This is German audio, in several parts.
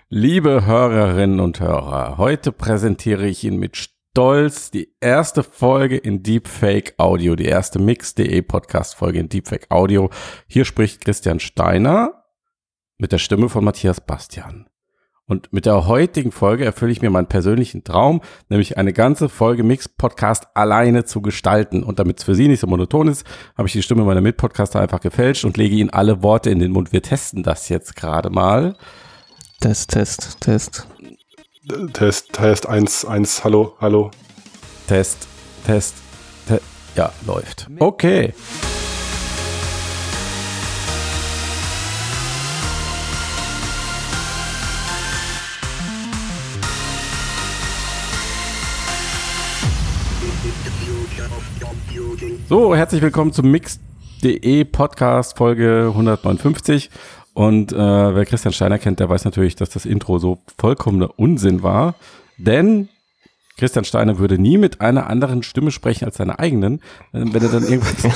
Liebe Hörerinnen und Hörer, heute präsentiere ich Ihnen mit Stolz die erste Folge in Deepfake Audio, die erste Mix.de Podcast-Folge in Deepfake Audio. Hier spricht Christian Steiner mit der Stimme von Matthias Bastian. Und mit der heutigen Folge erfülle ich mir meinen persönlichen Traum, nämlich eine ganze Folge Mix-Podcast alleine zu gestalten. Und damit es für Sie nicht so monoton ist, habe ich die Stimme meiner Mitpodcaster einfach gefälscht und lege Ihnen alle Worte in den Mund. Wir testen das jetzt gerade mal. Test. Test 1, hallo. Test. Ja, läuft. Okay. So, herzlich willkommen zum Mix.de Podcast Folge 159. Und wer Christian Steiner kennt, der weiß natürlich, dass das Intro so vollkommener Unsinn war. Denn Christian Steiner würde nie mit einer anderen Stimme sprechen als seiner eigenen. Wenn er dann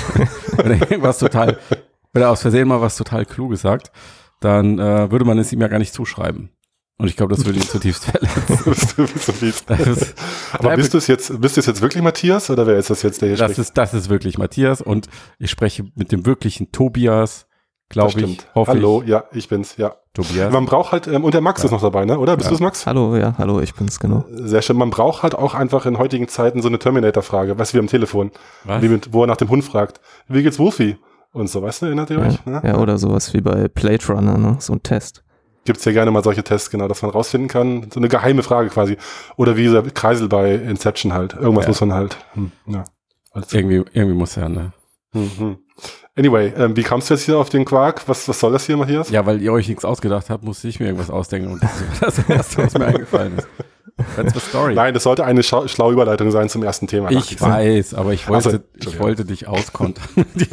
wenn er aus Versehen mal was total Kluges sagt, dann würde man es ihm ja gar nicht zuschreiben. Und ich glaube, das würde ihn zutiefst verletzen. Aber bist du es jetzt wirklich Matthias oder wer ist das jetzt, der hier spricht? Das ist wirklich Matthias und ich spreche mit dem wirklichen Tobias. Glaube ich, hoffe Hallo, ja, ich bin's, ja. Tobias. Man braucht halt, und der Max ist noch dabei, ne? Oder? Bist du es, Max? Hallo, ich bin's, genau. Sehr schön. Man braucht halt auch einfach in heutigen Zeiten so eine Terminator-Frage, weißt du, wie am Telefon. Was? Wo er nach dem Hund fragt. Wie geht's Wolfie? Und so, weißt du, erinnert ihr euch? Ne? Ja, oder sowas wie bei Blade Runner, ne? So ein Test. Gibt's ja gerne mal solche Tests, genau, dass man rausfinden kann. So eine geheime Frage quasi. Oder wie dieser Kreisel bei Inception halt. Irgendwas muss man halt. Ja. Irgendwie muss er, ne? Anyway, wie kamst du jetzt hier auf den Quark? Was soll das hier, Matthias? Ja, weil ihr euch nichts ausgedacht habt, musste ich mir irgendwas ausdenken und das ist das Erste, was mir eingefallen ist. That's the story. Nein, das sollte eine schlaue Überleitung sein zum ersten Thema. Ich weiß, aber ich wollte dich auskontern.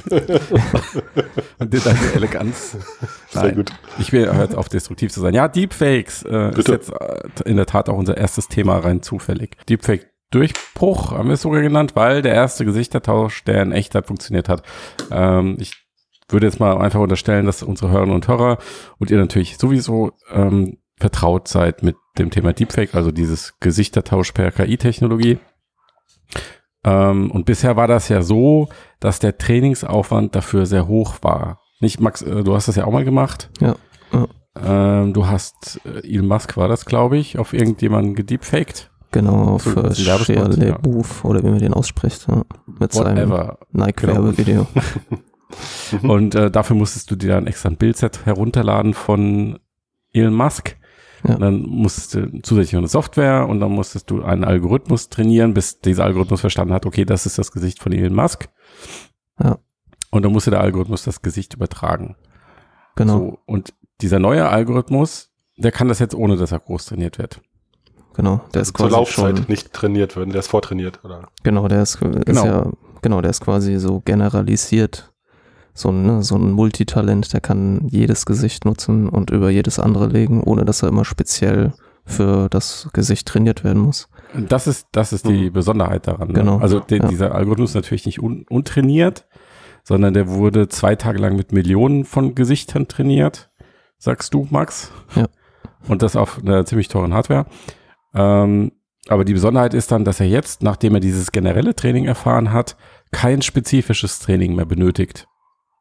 Und dir deine Eleganz. Sehr gut. Ich will jetzt auf destruktiv zu sein. Ja, Deepfakes ist jetzt in der Tat auch unser erstes Thema rein zufällig. Deepfake-Durchbruch haben wir es sogar genannt, weil der erste Gesichtertausch, der in Echtheit funktioniert hat. Ich würde jetzt mal einfach unterstellen, dass unsere Hörerinnen und Hörer und ihr natürlich sowieso vertraut seid mit dem Thema Deepfake, also dieses Gesichtertausch per KI-Technologie. Und bisher war das ja so, dass der Trainingsaufwand dafür sehr hoch war. Nicht, Max, du hast das ja auch mal gemacht. Ja. Oh. Du hast, Elon Musk war das, glaube ich, auf irgendjemanden gedeepfaked. Genau, auf Shia LaBeouf, oder wie man den ausspricht, ja, mit seinem Nike-Werbevideo. Und dafür musstest du dir dann extra ein Bildset herunterladen von Elon Musk. Ja. Und dann musstest du zusätzlich noch eine Software und dann musstest du einen Algorithmus trainieren, bis dieser Algorithmus verstanden hat, okay, das ist das Gesicht von Elon Musk. Ja. Und dann musste der Algorithmus das Gesicht übertragen. Genau. So, und dieser neue Algorithmus, der kann das jetzt, ohne dass er groß trainiert wird. Genau, der ist quasi zur Laufzeit nicht trainiert werden, der ist vortrainiert, oder? Genau, der ist quasi so generalisiert. So ein Multitalent, der kann jedes Gesicht nutzen und über jedes andere legen, ohne dass er immer speziell für das Gesicht trainiert werden muss. Das ist die Besonderheit daran. Ne? Genau. Also dieser Algorithmus ist natürlich nicht untrainiert, sondern der wurde 2 Tage lang mit Millionen von Gesichtern trainiert, sagst du, Max? Ja. Und das auf einer ziemlich teuren Hardware. Aber die Besonderheit ist dann, dass er jetzt, nachdem er dieses generelle Training erfahren hat, kein spezifisches Training mehr benötigt.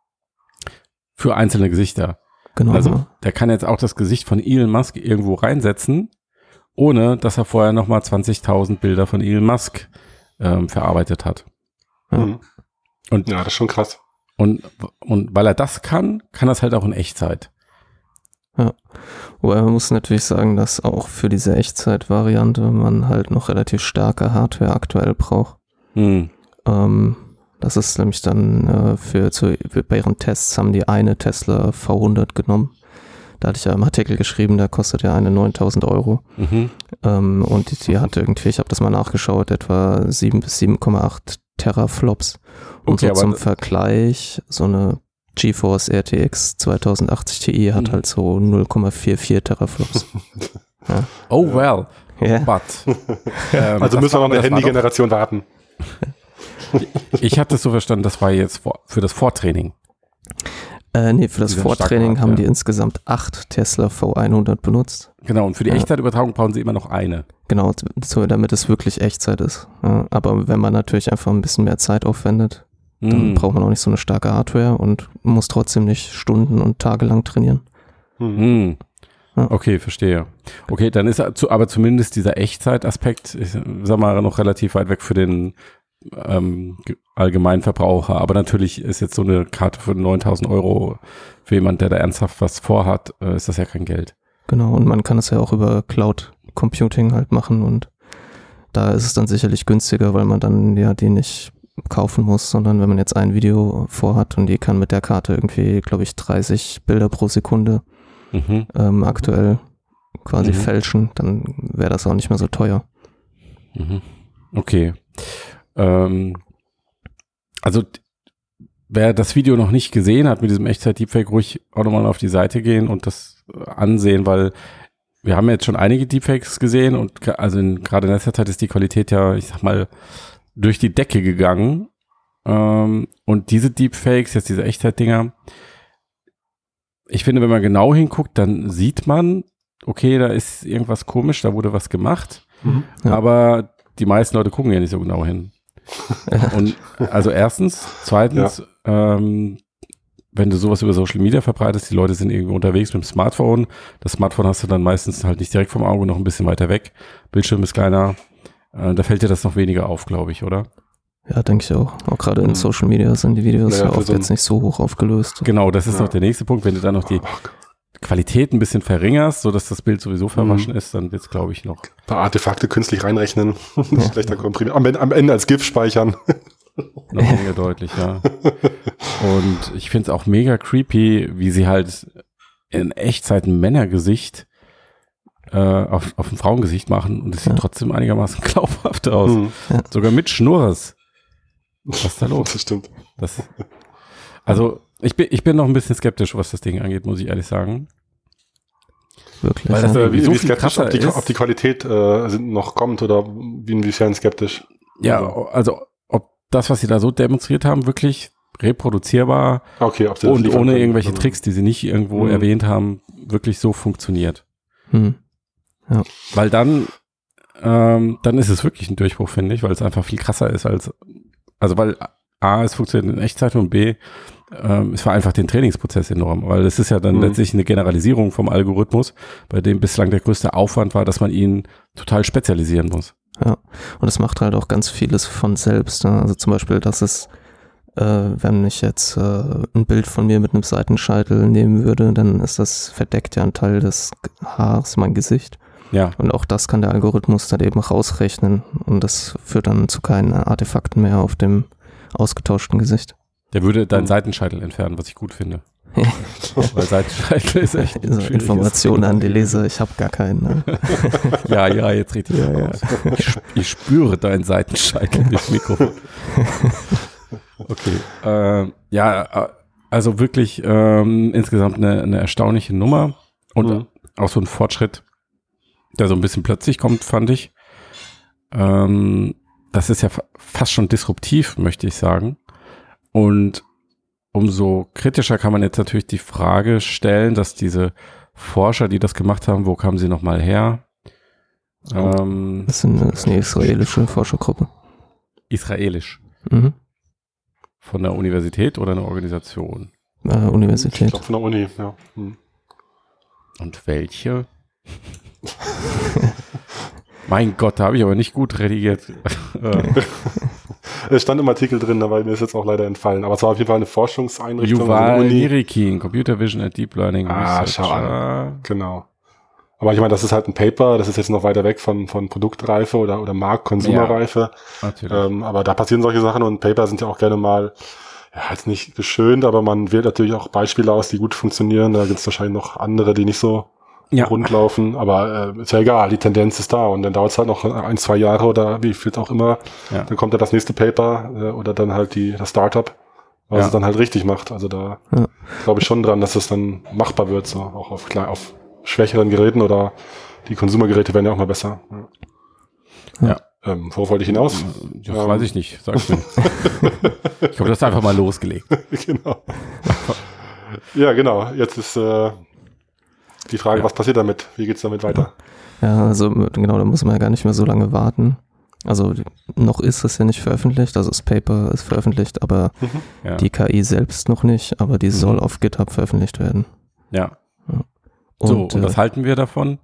Für einzelne Gesichter. Genau. Also der kann jetzt auch das Gesicht von Elon Musk irgendwo reinsetzen, ohne dass er vorher nochmal 20.000 Bilder von Elon Musk verarbeitet hat. Ja. Und, ja, das ist schon krass. Und weil er das kann er es halt auch in Echtzeit. Ja, wobei man muss natürlich sagen, dass auch für diese Echtzeit-Variante man halt noch relativ starke Hardware aktuell braucht. Das ist nämlich dann bei ihren Tests haben die eine Tesla V100 genommen. Da hatte ich ja im Artikel geschrieben, da kostet ja eine 9.000 €. Und die hat irgendwie, ich habe das mal nachgeschaut, etwa 7 bis 7,8 Teraflops. Und okay, so zum Vergleich, so eine GeForce RTX 2080 Ti hat halt so 0,44 Teraflops. Ja. Oh well, yeah. but. Also müssen wir noch eine Handy-Generation warten. Ich hatte es so verstanden, das war jetzt für das Vortraining. Nee, für das Vortraining haben die insgesamt 8 Tesla V100 benutzt. Genau, und für die Echtzeitübertragung brauchen sie immer noch eine. Genau, damit es wirklich Echtzeit ist. Ja, aber wenn man natürlich einfach ein bisschen mehr Zeit aufwendet, dann braucht man auch nicht so eine starke Hardware und muss trotzdem nicht Stunden und Tage lang trainieren. Ja. Okay, verstehe. Okay, dann ist aber zumindest dieser Echtzeitaspekt, ich sag mal, noch relativ weit weg für den allgemeinen Verbraucher. Aber natürlich ist jetzt so eine Karte für 9.000 Euro für jemand, der da ernsthaft was vorhat, ist das ja kein Geld. Genau, und man kann es ja auch über Cloud Computing halt machen und da ist es dann sicherlich günstiger, weil man dann ja die nicht kaufen muss, sondern wenn man jetzt ein Video vorhat und die kann mit der Karte irgendwie, glaube ich, 30 Bilder pro Sekunde aktuell quasi fälschen, dann wäre das auch nicht mehr so teuer. Okay. Also wer das Video noch nicht gesehen hat mit diesem Echtzeit-Deepfake, ruhig auch nochmal auf die Seite gehen und das ansehen, weil wir haben jetzt schon einige Deepfakes gesehen und also gerade in letzter Zeit ist die Qualität ja, ich sag mal, durch die Decke gegangen. Und diese Deepfakes, jetzt diese Echtzeit-Dinger, ich finde, wenn man genau hinguckt, dann sieht man, okay, da ist irgendwas komisch, da wurde was gemacht, aber die meisten Leute gucken ja nicht so genau hin. Und also zweitens, wenn du sowas über Social Media verbreitest, die Leute sind irgendwie unterwegs mit dem Smartphone, das Smartphone hast du dann meistens halt nicht direkt vom Auge, noch ein bisschen weiter weg, Bildschirm ist kleiner, da fällt dir das noch weniger auf, glaube ich, oder? Ja, denke ich auch. Auch gerade in Social Media sind die Videos ja oft jetzt nicht so hoch aufgelöst. Genau, das ist noch der nächste Punkt, wenn du dann noch die Qualität ein bisschen verringerst, sodass das Bild sowieso verwaschen ist, dann wird es, glaube ich, noch. Ein paar Artefakte künstlich reinrechnen, schlechter komprimieren. Am Ende als GIF speichern. Noch mega deutlich, ja. Und ich finde es auch mega creepy, wie sie halt in Echtzeit ein Männergesicht auf ein Frauengesicht machen und es sieht trotzdem einigermaßen glaubhaft aus. Sogar mit Schnurres. Was ist da los? Das stimmt. Also ich bin noch ein bisschen skeptisch, was das Ding angeht, muss ich ehrlich sagen. Wirklich? Weil das wie so viel skeptisch, ob die Qualität noch kommt oder inwiefern skeptisch? Ja, also ob das, was sie da so demonstriert haben, wirklich reproduzierbar und ohne irgendwelche Tricks, die sie nicht irgendwo erwähnt haben, wirklich so funktioniert. Ja. Weil dann ist es wirklich ein Durchbruch, finde ich, weil es einfach viel krasser ist weil A, es funktioniert in Echtzeit und B, es vereinfacht den Trainingsprozess enorm, weil es ist ja dann letztlich eine Generalisierung vom Algorithmus, bei dem bislang der größte Aufwand war, dass man ihn total spezialisieren muss. Ja, und es macht halt auch ganz vieles von selbst. Ne? Also zum Beispiel, dass es, wenn ich jetzt ein Bild von mir mit einem Seitenscheitel nehmen würde, dann verdeckt ja ein Teil des Haars mein Gesicht. Ja. Und auch das kann der Algorithmus dann eben rausrechnen und das führt dann zu keinen Artefakten mehr auf dem ausgetauschten Gesicht. Der würde deinen Seitenscheitel entfernen, was ich gut finde. Weil Seitenscheitel ist echt Informationen an die Leser, ich habe gar keinen. Ne? Ja, jetzt richtig. Ja. Ich spüre deinen Seitenscheitel durchs Mikrofon. Okay. Also wirklich insgesamt eine erstaunliche Nummer und auch so ein Fortschritt, der so ein bisschen plötzlich kommt, fand ich. Das ist ja fast schon disruptiv, möchte ich sagen. Und umso kritischer kann man jetzt natürlich die Frage stellen, dass diese Forscher, die das gemacht haben, wo kamen sie nochmal her? Das ist eine israelische Forschergruppe. Israelisch? Von der Universität oder einer Organisation? Universität. Ich glaube von der Uni, ja. Und welche? Mein Gott, da habe ich aber nicht gut redigiert. Es stand im Artikel drin, aber mir ist jetzt auch leider entfallen. Aber es war auf jeden Fall eine Forschungseinrichtung. Yuval Nirikin, Computer Vision and Deep Learning Research. Schau an. Genau. Aber ich meine, das ist halt ein Paper, das ist jetzt noch weiter weg von Produktreife oder Markt-Konsumerreife. Ja, natürlich. Aber da passieren solche Sachen und Paper sind ja auch gerne mal, jetzt nicht geschönt, aber man wählt natürlich auch Beispiele aus, die gut funktionieren. Da gibt es wahrscheinlich noch andere, die nicht so rund laufen, aber ist ja egal, die Tendenz ist da und dann dauert es halt noch 1-2 Jahre oder wie viel auch immer, dann kommt ja das nächste Paper oder dann halt das Startup, was es dann halt richtig macht. Also da glaube ich schon dran, dass es dann machbar wird, so auch auf schwächeren Geräten oder die Konsumergeräte werden ja auch mal besser. Ja. Worauf wollte ich hinaus? Das weiß ich nicht, sag's mir. Ich glaube, du hast einfach mal losgelegt. Genau. Ja, genau. Jetzt ist die Frage, was passiert damit? Wie geht's damit weiter? Ja, also genau, da muss man ja gar nicht mehr so lange warten. Also noch ist es ja nicht veröffentlicht, also das Paper ist veröffentlicht, aber die KI selbst noch nicht, aber die soll auf GitHub veröffentlicht werden. Ja. Und was halten wir davon?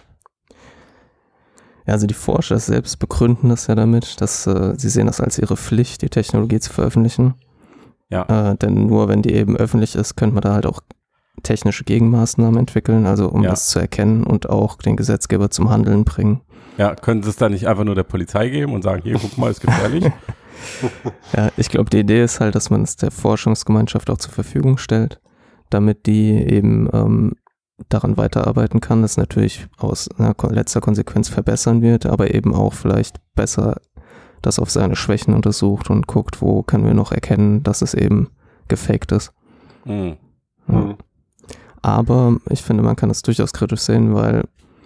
Ja, also die Forscher selbst begründen das ja damit, dass sie sehen das als ihre Pflicht, die Technologie zu veröffentlichen. Ja. Denn nur wenn die eben öffentlich ist, könnte man da halt auch technische Gegenmaßnahmen entwickeln, also um das zu erkennen und auch den Gesetzgeber zum Handeln bringen. Ja, können sie es dann nicht einfach nur der Polizei geben und sagen, hier, guck mal, ist gefährlich? Ja, ich glaube, die Idee ist halt, dass man es der Forschungsgemeinschaft auch zur Verfügung stellt, damit die eben daran weiterarbeiten kann, das natürlich aus letzter Konsequenz verbessern wird, aber eben auch vielleicht besser das auf seine Schwächen untersucht und guckt, wo können wir noch erkennen, dass es eben gefaked ist. Mhm. Ja. Aber ich finde, man kann das durchaus kritisch sehen, weil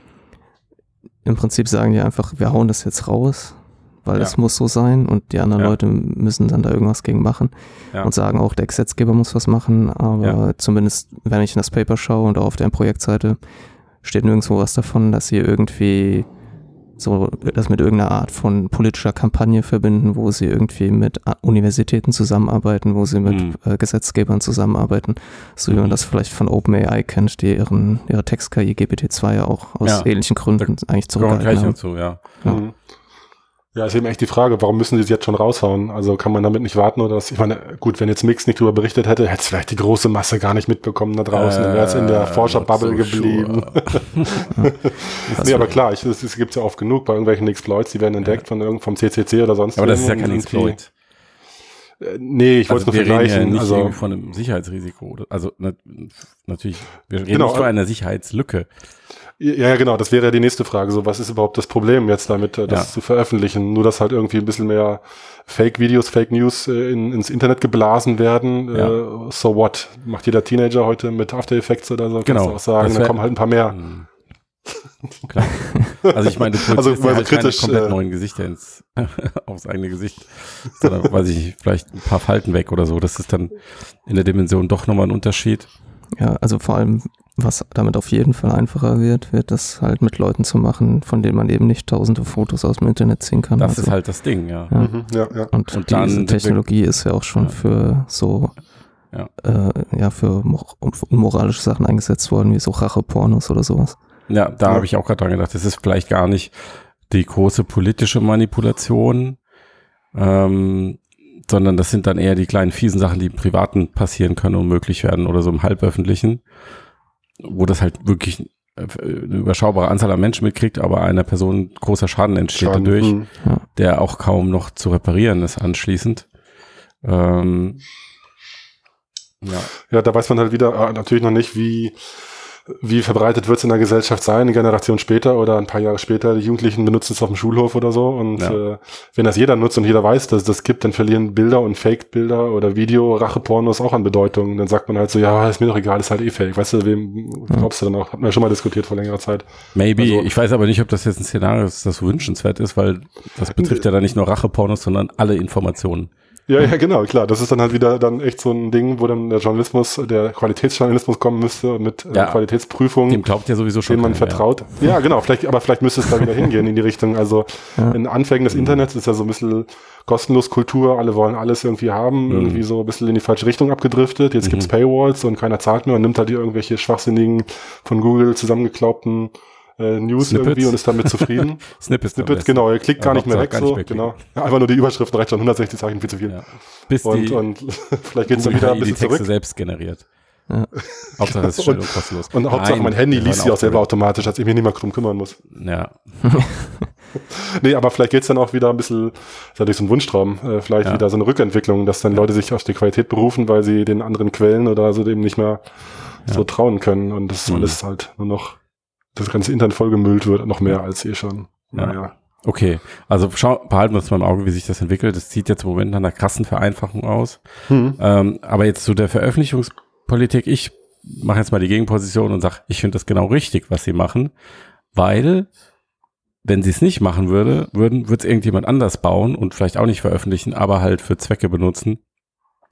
im Prinzip sagen die einfach, wir hauen das jetzt raus, weil es muss so sein und die anderen Leute müssen dann da irgendwas gegen machen und sagen auch, der Gesetzgeber muss was machen, aber zumindest, wenn ich in das Paper schaue und auch auf der Projektseite, steht nirgendwo was davon, dass sie irgendwie so das mit irgendeiner Art von politischer Kampagne verbinden, wo sie irgendwie mit Universitäten zusammenarbeiten, wo sie mit Gesetzgebern zusammenarbeiten, so wie man das vielleicht von OpenAI kennt, die ihre Text-KI GPT-2 ja auch aus ähnlichen Gründen eigentlich zurückgehalten haben. Dazu, Ja, ist eben echt die Frage, warum müssen die es jetzt schon raushauen? Also kann man damit nicht warten oder ich meine, gut, wenn jetzt Mix nicht drüber berichtet hätte, hätte es vielleicht die große Masse gar nicht mitbekommen da draußen, dann wäre es in der Forscherbubble geblieben. Nee, aber klar, es gibt ja oft genug bei irgendwelchen Exploits, die werden entdeckt vom CCC oder sonst. Aber das ist ja kein Exploit. Nee, ich wollte es nur vergleichen. Wir reden ja nicht von einem Sicherheitsrisiko. Also natürlich, wir reden nicht von einer Sicherheitslücke. Ja, genau, das wäre ja die nächste Frage. So, was ist überhaupt das Problem jetzt damit, das zu veröffentlichen? Nur, dass halt irgendwie ein bisschen mehr Fake-Videos, Fake News ins Internet geblasen werden. So what? Macht jeder Teenager heute mit After Effects oder so? Genau. Kannst du auch sagen, dann kommen halt ein paar mehr. Klar. Also ich meine, du also halt kritisch, keine komplett neuen Gesichter aufs eigene Gesicht, sondern, weiß ich nicht, vielleicht ein paar Falten weg oder so. Das ist dann in der Dimension doch nochmal ein Unterschied. Ja, also vor allem, was damit auf jeden Fall einfacher wird das halt mit Leuten zu machen, von denen man eben nicht tausende Fotos aus dem Internet ziehen kann. Das ist halt das Ding, ja. Und diese Technologie ist ja auch schon für so für unmoralische Sachen eingesetzt worden, wie so Rache-Pornos oder sowas. Ja, da habe ich auch gerade dran gedacht, das ist vielleicht gar nicht die große politische Manipulation, sondern das sind dann eher die kleinen fiesen Sachen, die im Privaten passieren können und möglich werden oder so im Halböffentlichen, wo das halt wirklich eine überschaubare Anzahl an Menschen mitkriegt, aber einer Person großer Schaden entsteht dadurch, der auch kaum noch zu reparieren ist anschließend. Ja, da weiß man halt wieder natürlich noch nicht, wie verbreitet wird es in der Gesellschaft sein, eine Generation später oder ein paar Jahre später. Die Jugendlichen benutzen es auf dem Schulhof oder so. Und wenn das jeder nutzt und jeder weiß, dass es das gibt, dann verlieren Bilder und Fake-Bilder oder Video-Rache-Pornos auch an Bedeutung. Dann sagt man halt so, ja, ist mir doch egal, ist halt eh fake. Weißt du, wem glaubst du dann auch? Hat man ja schon mal diskutiert vor längerer Zeit. Maybe. Also, ich weiß aber nicht, ob das jetzt ein Szenario ist, das so wünschenswert ist, weil das betrifft ja dann nicht nur Rache-Pornos, sondern alle Informationen. Ja, genau, klar. Das ist dann halt wieder dann echt so ein Ding, wo dann der Qualitätsjournalismus kommen müsste und mit Qualitätsprüfungen. Dem glaubt ja sowieso schon. Dem man vertraut. Ja, genau. Vielleicht müsste es da wieder hingehen in die Richtung. Also in Anfängen des Internets ist ja so ein bisschen kostenlos Kultur. Alle wollen alles irgendwie haben. Irgendwie so ein bisschen in die falsche Richtung abgedriftet. Jetzt gibt's Paywalls und keiner zahlt mehr und nimmt halt irgendwelche schwachsinnigen von Google zusammengeklaubten News Snippets irgendwie und ist damit zufrieden. Snippets, genau, er klickt gar nicht mehr weg, so, genau. Ja, einfach nur die Überschriften reicht schon, 160 Zeichen viel zu viel. Ja. Bis und vielleicht geht's dann wieder ein bisschen die Texte zurück. Selbst generiert. Ja. Hauptsache es ist schnell und kostenlos. Und Hauptsache mein Handy liest sie auch selber automatisch, als ich mich nicht mehr drum kümmern muss. Ja. Nee, aber vielleicht geht's dann auch wieder ein bisschen, das ist natürlich so ein Wunschtraum, vielleicht wieder so eine Rückentwicklung, dass dann Leute sich auf die Qualität berufen, weil sie den anderen Quellen oder so dem nicht mehr so trauen können und das alles halt nur noch das ganze Internet vollgemüllt wird, noch mehr als schon. Naja. Okay, also behalten wir uns mal im Auge, wie sich das entwickelt. Das sieht jetzt im Moment nach einer krassen Vereinfachung aus. Aber jetzt zu der Veröffentlichungspolitik, ich mache jetzt mal die Gegenposition und sage, ich finde das genau richtig, was sie machen, weil wenn sie es nicht machen würde es irgendjemand anders bauen und vielleicht auch nicht veröffentlichen, aber halt für Zwecke benutzen,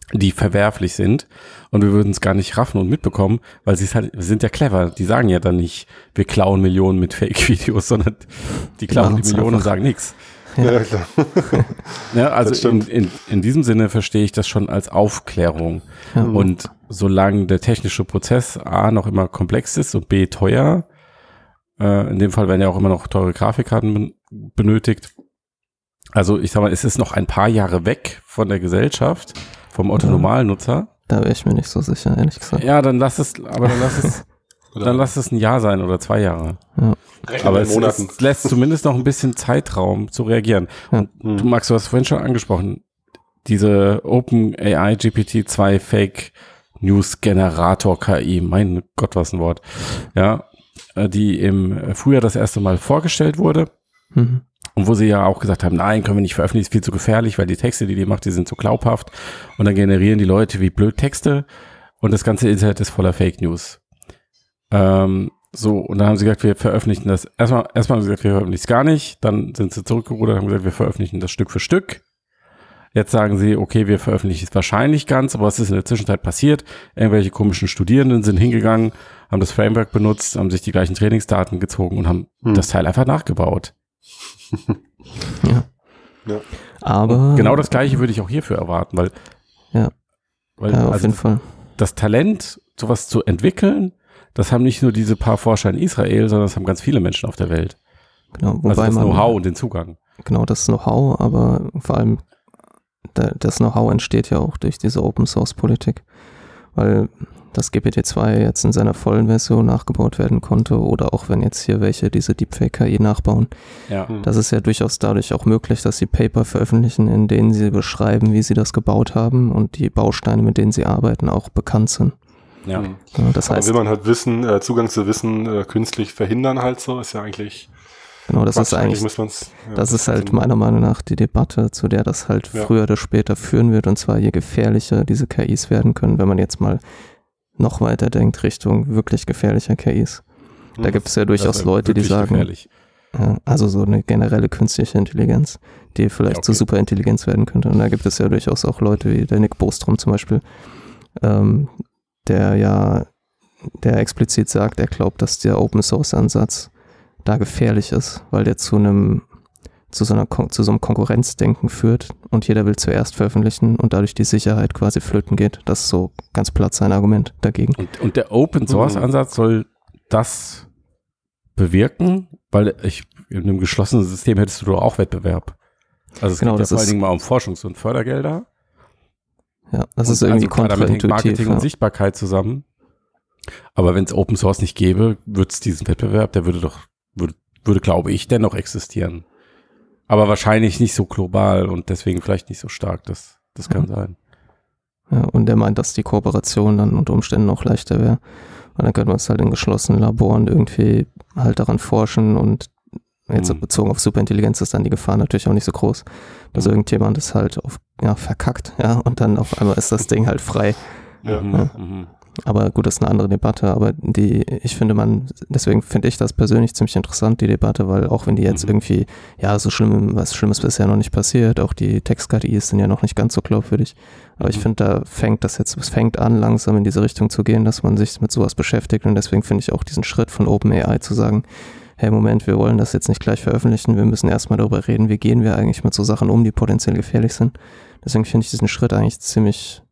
die verwerflich sind und wir würden es gar nicht raffen und mitbekommen, weil sie sind ja clever. Die sagen ja dann nicht, wir klauen Millionen mit Fake-Videos, sondern die klauen die Millionen und sagen nichts. Ja, klar. Ja, also in diesem Sinne verstehe ich das schon als Aufklärung. Ja. Und solange der technische Prozess A noch immer komplex ist und B teuer, in dem Fall werden ja auch immer noch teure Grafikkarten benötigt. Also ich sag mal, es ist noch ein paar Jahre weg von der Gesellschaft, vom Otto-Normalnutzer. Da wäre ich mir nicht so sicher, ehrlich gesagt. Ja, dann lass es ein Jahr sein oder 2 Jahre. Ja. Aber es lässt zumindest noch ein bisschen Zeitraum zu reagieren. Ja. Und Max, du hast vorhin schon angesprochen, diese OpenAI GPT-2 Fake News Generator KI, mein Gott, was ein Wort, ja, die im Frühjahr das erste Mal vorgestellt wurde. Mhm. Und wo sie ja auch gesagt haben, nein, können wir nicht veröffentlichen, ist viel zu gefährlich, weil die Texte, die macht, die sind so glaubhaft. Und dann generieren die Leute wie blöd Texte und das ganze Internet ist voller Fake News. So, und dann haben sie gesagt, wir veröffentlichen das. Erstmal haben sie gesagt, wir veröffentlichen es gar nicht. Dann sind sie zurückgerudert und haben gesagt, wir veröffentlichen das Stück für Stück. Jetzt sagen sie, okay, wir veröffentlichen es wahrscheinlich ganz, aber was ist in der Zwischenzeit passiert? Irgendwelche komischen Studierenden sind hingegangen, haben das Framework benutzt, haben sich die gleichen Trainingsdaten gezogen und haben das Teil einfach nachgebaut. Ja. Aber und genau das Gleiche würde ich auch hierfür erwarten, weil auf jeden Fall. Das Talent, sowas zu entwickeln, das haben nicht nur diese paar Forscher in Israel, sondern das haben ganz viele Menschen auf der Welt. Genau, wobei also das Know-how und den Zugang. Genau, das Know-how, aber vor allem das Know-how entsteht ja auch durch diese Open-Source-Politik, weil das GPT-2 jetzt in seiner vollen Version nachgebaut werden konnte oder auch wenn jetzt hier welche diese Deepfake-KI nachbauen. Ja. Das ist ja durchaus dadurch auch möglich, dass sie Paper veröffentlichen, in denen sie beschreiben, wie sie das gebaut haben und die Bausteine, mit denen sie arbeiten, auch bekannt sind. Ja. Das heißt, will man halt Wissen, Zugang zu Wissen künstlich verhindern halt so, ist ja eigentlich... Genau, das ist eigentlich das ist halt meiner Meinung nach die Debatte, zu der das halt früher oder später führen wird, und zwar je gefährlicher diese KIs werden können, wenn man jetzt mal noch weiter denkt Richtung wirklich gefährlicher KIs. Da gibt es ja durchaus Leute, die sagen, also so eine generelle künstliche Intelligenz, die vielleicht zu Superintelligenz werden könnte. Und da gibt es ja durchaus auch Leute wie der Nick Bostrom zum Beispiel, der explizit sagt, er glaubt, dass der Open-Source-Ansatz da gefährlich ist, weil der zu so einem Konkurrenzdenken führt und jeder will zuerst veröffentlichen und dadurch die Sicherheit quasi flöten geht. Das ist so ganz platt sein Argument dagegen. Und der Open-Source-Ansatz soll das bewirken, weil in einem geschlossenen System hättest du doch auch Wettbewerb. Also es geht ja vor allen Dingen mal um Forschungs- und Fördergelder. Ja, das ist irgendwie kontraintuitiv. Damit hängt Marketing und Sichtbarkeit zusammen. Aber wenn es Open Source nicht gäbe, würde es diesen Wettbewerb, der würde glaube ich, dennoch existieren. Aber wahrscheinlich nicht so global und deswegen vielleicht nicht so stark. Das kann sein. Ja, und er meint, dass die Kooperation dann unter Umständen noch leichter wäre. Weil dann könnte man es halt in geschlossenen Laboren irgendwie halt daran forschen und jetzt bezogen auf Superintelligenz ist dann die Gefahr natürlich auch nicht so groß, dass irgendjemand es halt verkackt, und dann auf einmal ist das Ding halt frei. Aber gut, das ist eine andere Debatte, aber deswegen finde ich das persönlich ziemlich interessant, die Debatte, weil auch wenn die jetzt irgendwie, was Schlimmes bisher noch nicht passiert, auch die Text-KIs sind ja noch nicht ganz so glaubwürdig, aber ich finde, es fängt an, langsam in diese Richtung zu gehen, dass man sich mit sowas beschäftigt und deswegen finde ich auch diesen Schritt von OpenAI zu sagen, hey, Moment, wir wollen das jetzt nicht gleich veröffentlichen, wir müssen erstmal darüber reden, wie gehen wir eigentlich mit so Sachen um, die potenziell gefährlich sind. Deswegen finde ich diesen Schritt eigentlich ziemlich,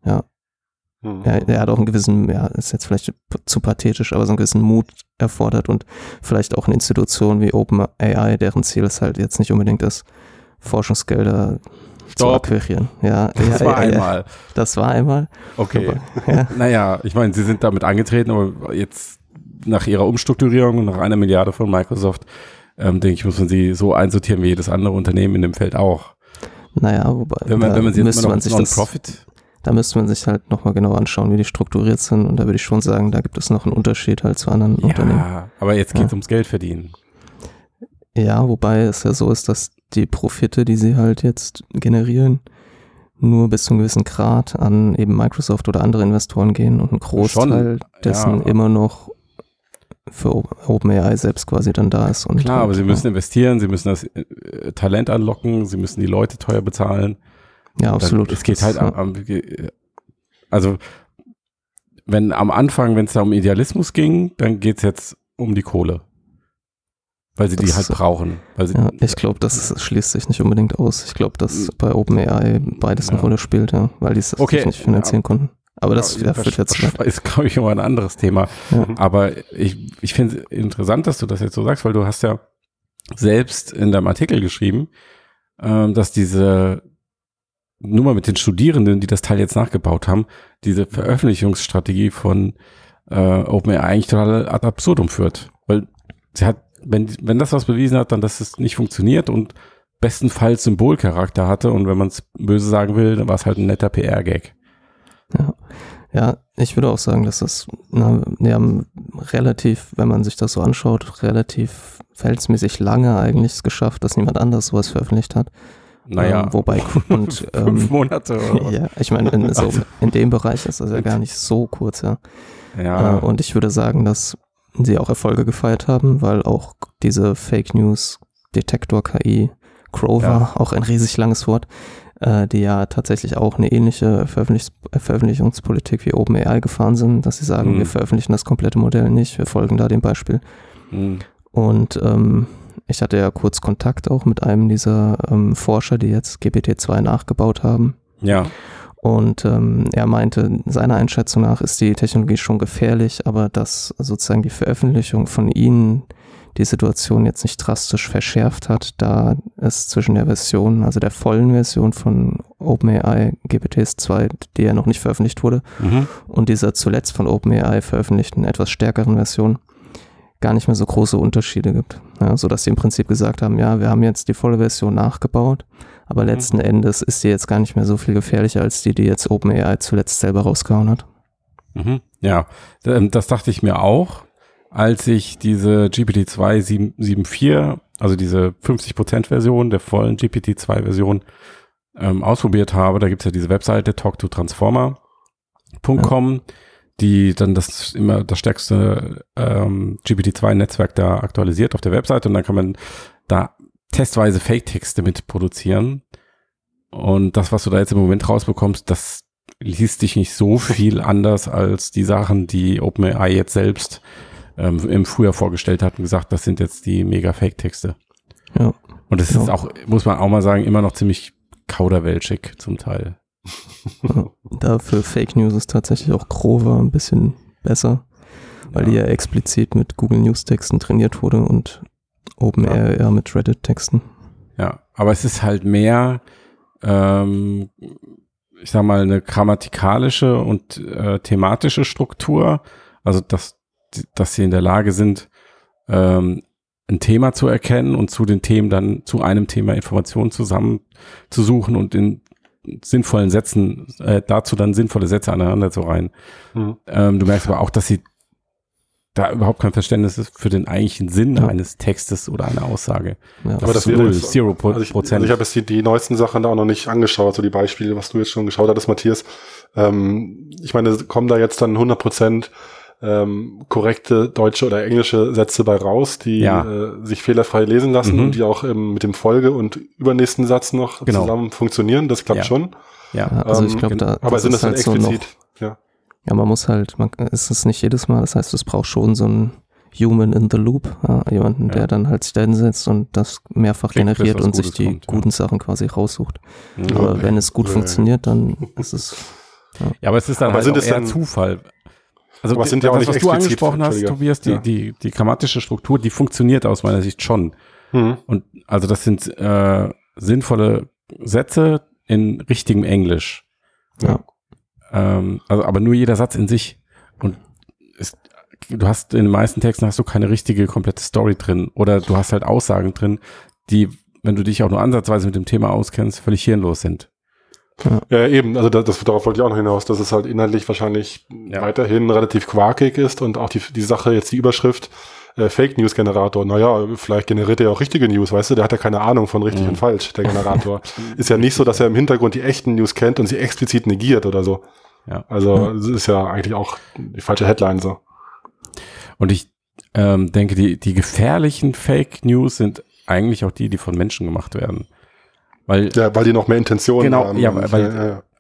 er hat auch einen gewissen, ist jetzt vielleicht zu pathetisch, aber so einen gewissen Mut erfordert und vielleicht auch eine Institution wie OpenAI, deren Ziel es halt jetzt nicht unbedingt ist, Forschungsgelder zu akquirieren. Das war einmal. Das war einmal. Okay. Aber, naja, ich meine, sie sind damit angetreten, aber jetzt nach ihrer Umstrukturierung und nach 1 Milliarde von Microsoft, denke ich, muss man sie so einsortieren wie jedes andere Unternehmen in dem Feld auch. Naja, wobei, wenn man sie jetzt immer noch Non-Profit... Da müsste man sich halt nochmal genau anschauen, wie die strukturiert sind. Und da würde ich schon sagen, da gibt es noch einen Unterschied halt zu anderen Unternehmen. Ja, aber jetzt geht es ums Geld verdienen. Ja, wobei es ja so ist, dass die Profite, die sie halt jetzt generieren, nur bis zu einem gewissen Grad an eben Microsoft oder andere Investoren gehen und ein Großteil dessen immer noch für OpenAI selbst quasi dann da ist. Und klar, aber sie müssen investieren, sie müssen das Talent anlocken, sie müssen die Leute teuer bezahlen. Ja, absolut. Es geht halt also wenn am Anfang, wenn es da um Idealismus ging, dann geht es jetzt um die Kohle. Weil sie die halt brauchen. Ich glaube, das schließt sich nicht unbedingt aus. Ich glaube, dass bei OpenAI beides eine Rolle spielt, ja, weil die es nicht finanzieren konnten. Aber das führt jetzt ist, glaube ich, immer ein anderes Thema. Ja. Aber ich finde es interessant, dass du das jetzt so sagst, weil du hast ja selbst in deinem Artikel geschrieben, dass diese Nummer mit den Studierenden, die das Teil jetzt nachgebaut haben, diese Veröffentlichungsstrategie von OpenAI eigentlich total ad absurdum führt. Weil sie hat, wenn das was bewiesen hat, dann, dass es nicht funktioniert und bestenfalls Symbolcharakter hatte und wenn man es böse sagen will, dann war es halt ein netter PR-Gag. Ja, ich würde auch sagen, dass das relativ, wenn man sich das so anschaut, relativ verhältnismäßig lange eigentlich geschafft, dass niemand anders sowas veröffentlicht hat. Naja, wobei und 5 Monate. Oder? Ja, ich meine, in dem Bereich ist das ja gar nicht so kurz, ja. Und ich würde sagen, dass sie auch Erfolge gefeiert haben, weil auch diese Fake News Detektor KI Grover, auch ein riesig langes Wort, die ja tatsächlich auch eine ähnliche Veröffentlichungspolitik wie OpenAI gefahren sind, dass sie sagen, wir veröffentlichen das komplette Modell nicht, wir folgen da dem Beispiel. Und ich hatte ja kurz Kontakt auch mit einem dieser Forscher, die jetzt GPT-2 nachgebaut haben. Ja. Und er meinte, seiner Einschätzung nach ist die Technologie schon gefährlich, aber dass sozusagen die Veröffentlichung von ihnen die Situation jetzt nicht drastisch verschärft hat, da es zwischen der Version, also der vollen Version von OpenAI GPT-2, die ja noch nicht veröffentlicht wurde, und dieser zuletzt von OpenAI veröffentlichten, etwas stärkeren Version, gar nicht mehr so große Unterschiede gibt. Ja, sodass sie im Prinzip gesagt haben, ja, wir haben jetzt die volle Version nachgebaut, aber letzten Endes ist die jetzt gar nicht mehr so viel gefährlicher als die jetzt OpenAI zuletzt selber rausgehauen hat. Ja, das dachte ich mir auch, als ich diese GPT-2 7.4, also diese 50% Version der vollen GPT-2 Version ausprobiert habe. Da gibt es ja diese Webseite talktotransformer.com, die dann das stärkste GPT-2-Netzwerk da aktualisiert auf der Webseite und dann kann man da testweise Fake-Texte mit produzieren. Und das, was du da jetzt im Moment rausbekommst, das liest dich nicht so viel anders als die Sachen, die OpenAI jetzt selbst im Frühjahr vorgestellt hat und gesagt, das sind jetzt die Mega-Fake-Texte. Ja. Und das ist auch, muss man auch mal sagen, immer noch ziemlich kauderwelschig zum Teil. Ja, dafür Fake News ist tatsächlich auch Grover ein bisschen besser, weil die ja explizit mit Google News Texten trainiert wurde und OpenAI eher mit Reddit Texten. Ja, aber es ist halt mehr, ich sag mal, eine grammatikalische und thematische Struktur, also dass sie in der Lage sind, ein Thema zu erkennen und zu den Themen dann, zu einem Thema Informationen zusammenzusuchen und in sinnvollen Sätzen, dazu dann sinnvolle Sätze aneinander zu reihen. Du merkst aber auch, dass sie da überhaupt kein Verständnis ist für den eigentlichen Sinn eines Textes oder einer Aussage. Ja, aber das wäre 0%. Also ich habe jetzt die neuesten Sachen da auch noch nicht angeschaut, so die Beispiele, was du jetzt schon geschaut hattest, Matthias. Ich meine, kommen da jetzt dann 100% korrekte deutsche oder englische Sätze bei raus, die sich fehlerfrei lesen lassen und die auch mit dem Folge- und übernächsten Satz noch zusammen funktionieren. Das klappt schon. Ja, also ich glaube, aber sind das dann halt explizit? So ja, man muss halt, ist es nicht jedes Mal, das heißt, es braucht schon so einen Human in the Loop, jemanden, der dann halt sich da hinsetzt und das mehrfach generiert und sich die guten Sachen quasi raussucht. Aber wenn es gut funktioniert, dann ist es... Ja, aber es ist dann halt auch eher Zufall. Also was du angesprochen hast, Tobias, die grammatische Struktur, die funktioniert aus meiner Sicht schon. Und also das sind sinnvolle Sätze in richtigem Englisch. Ja. Also aber nur jeder Satz in sich. Und du hast in den meisten Texten hast du keine richtige komplette Story drin oder du hast halt Aussagen drin, die, wenn du dich auch nur ansatzweise mit dem Thema auskennst, völlig hirnlos sind. Ja, eben, also darauf wollte ich auch noch hinaus, dass es halt inhaltlich wahrscheinlich weiterhin relativ quarkig ist und auch die Sache, jetzt die Überschrift Fake News Generator, naja, vielleicht generiert er ja auch richtige News, weißt du, der hat ja keine Ahnung von richtig und falsch, der Generator. Ist ja nicht so, dass er im Hintergrund die echten News kennt und sie explizit negiert oder so. Ja. Also das ist ja eigentlich auch die falsche Headline so. Und ich denke, die gefährlichen Fake News sind eigentlich auch die von Menschen gemacht werden. Weil die noch mehr Intentionen haben. Genau,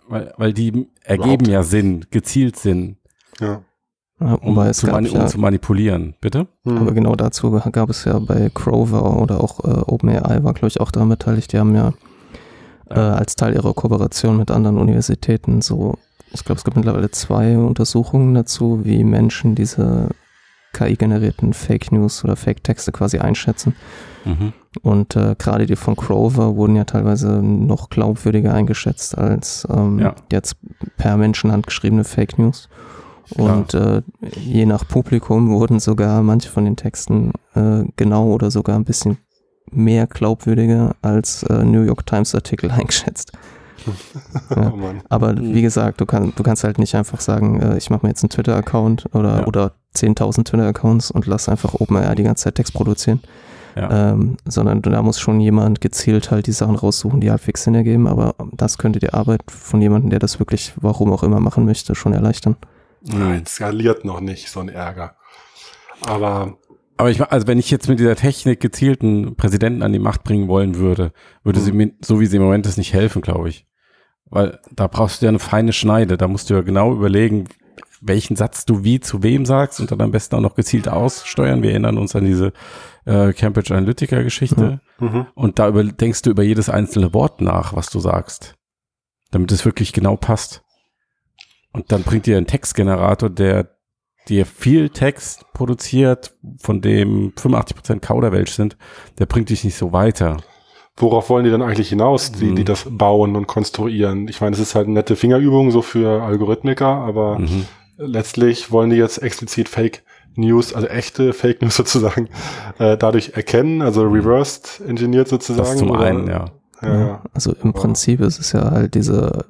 Weil die ergeben ja Sinn, gezielt Sinn. Ja. Um zu manipulieren, bitte? Aber genau dazu gab es ja bei Grover oder auch OpenAI war, glaube ich, auch daran beteiligt. Die haben ja als Teil ihrer Kooperation mit anderen Universitäten so, ich glaube, es gibt mittlerweile 2 Untersuchungen dazu, wie Menschen diese KI-generierten Fake News oder Fake-Texte quasi einschätzen. Und gerade die von Grover wurden ja teilweise noch glaubwürdiger eingeschätzt als jetzt per Menschenhand geschriebene Fake News. Und je nach Publikum wurden sogar manche von den Texten genau oder sogar ein bisschen mehr glaubwürdiger als New York Times Artikel eingeschätzt. Ja. Oh aber wie gesagt, du kannst halt nicht einfach sagen, ich mache mir jetzt einen Twitter-Account oder 10.000 Twitter-Accounts und lass einfach OpenAI die ganze Zeit Text produzieren. Sondern da muss schon jemand gezielt halt die Sachen raussuchen, die halbwegs Sinn ergeben, aber das könnte die Arbeit von jemandem, der das wirklich, warum auch immer machen möchte, schon erleichtern. Nein, skaliert noch nicht, so ein Ärger. Aber also wenn ich jetzt mit dieser Technik gezielten Präsidenten an die Macht bringen wollen würde sie mir, so wie sie im Moment ist, nicht helfen, glaube ich. Weil da brauchst du ja eine feine Schneide, da musst du ja genau überlegen, welchen Satz du wie zu wem sagst und dann am besten auch noch gezielt aussteuern. Wir erinnern uns an diese Cambridge Analytica-Geschichte. Und da denkst du über jedes einzelne Wort nach, was du sagst, damit es wirklich genau passt. Und dann bringt dir ein Textgenerator, der dir viel Text produziert, von dem 85% Kauderwelsch sind, der bringt dich nicht so weiter. Worauf wollen die denn eigentlich hinaus, die das bauen und konstruieren? Ich meine, es ist halt eine nette Fingerübung so für Algorithmiker, aber letztlich wollen die jetzt explizit Fake News, also echte Fake News sozusagen, dadurch erkennen, also reversed engineert sozusagen. Das zum einen, ja. Also im Prinzip ist es ja halt diese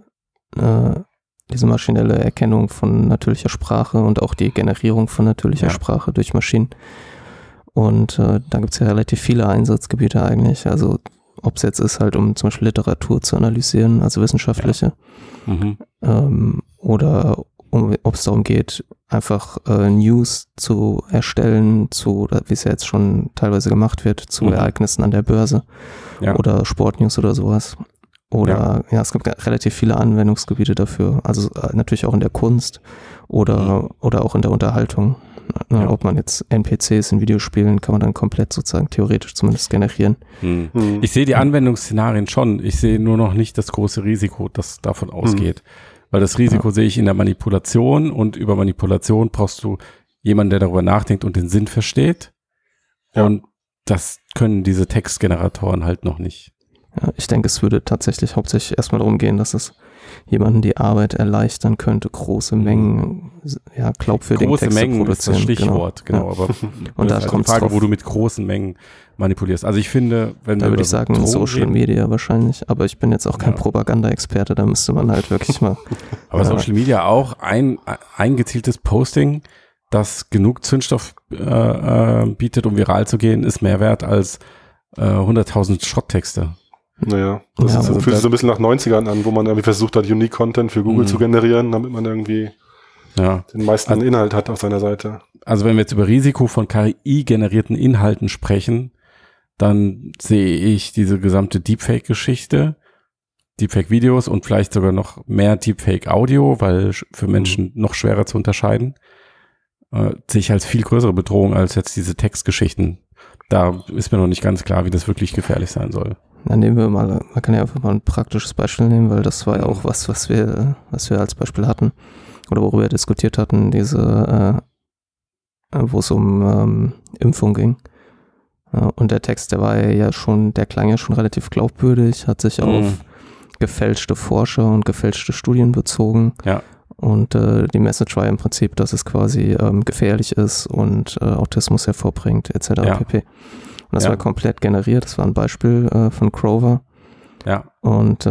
maschinelle Erkennung von natürlicher Sprache und auch die Generierung von natürlicher Sprache durch Maschinen. Und da gibt es ja relativ viele Einsatzgebiete eigentlich. Also ob es jetzt ist halt, um zum Beispiel Literatur zu analysieren, also wissenschaftliche, oder ob es darum geht, einfach News zu erstellen, wie es ja jetzt schon teilweise gemacht wird, zu Ereignissen an der Börse oder Sportnews oder sowas. Oder es gibt relativ viele Anwendungsgebiete dafür. Also natürlich auch in der Kunst oder auch in der Unterhaltung. Ob man jetzt NPCs in Videospielen kann man dann komplett sozusagen theoretisch zumindest generieren. Ich sehe die Anwendungsszenarien schon. Ich sehe nur noch nicht das große Risiko, das davon ausgeht. Weil das Risiko sehe ich in der Manipulation und über Manipulation brauchst du jemanden, der darüber nachdenkt und den Sinn versteht. Und das können diese Textgeneratoren halt noch nicht. Ja, ich denke, es würde tatsächlich hauptsächlich erstmal darum gehen, dass es jemanden die Arbeit erleichtern könnte, große Mengen, glaubwürdige Texte Mengen produzieren. Ist das Stichwort, genau. Aber und da ist halt die Frage, wo du mit großen Mengen manipulierst. Also ich finde, da würde ich sagen, Social Media wahrscheinlich, aber ich bin jetzt auch kein Propaganda-Experte, da müsste man halt wirklich mal. Aber Social Media auch ein gezieltes Posting, das genug Zündstoff bietet, um viral zu gehen, ist mehr wert als 100.000 Schrotttexte. Naja, das fühlt sich so ein bisschen nach 90ern an, wo man irgendwie versucht hat, Unique Content für Google zu generieren, damit man irgendwie den meisten Inhalt hat auf seiner Seite. Also wenn wir jetzt über Risiko von KI-generierten Inhalten sprechen, dann sehe ich diese gesamte Deepfake-Geschichte, Deepfake-Videos und vielleicht sogar noch mehr Deepfake-Audio, weil für Menschen noch schwerer zu unterscheiden, sehe ich als viel größere Bedrohung als jetzt diese Textgeschichten. Da ist mir noch nicht ganz klar, wie das wirklich gefährlich sein soll. Dann nehmen wir mal, man kann ja einfach mal ein praktisches Beispiel nehmen, weil das war ja auch was wir als Beispiel hatten oder worüber wir diskutiert hatten, wo es um Impfung ging. Und der Text, der klang ja schon relativ glaubwürdig, hat sich auf gefälschte Forscher und gefälschte Studien bezogen. Ja. Und die Message war im Prinzip, dass es quasi gefährlich ist und Autismus hervorbringt, etc. pp. Und das war komplett generiert. Das war ein Beispiel von Grover. Ja. Und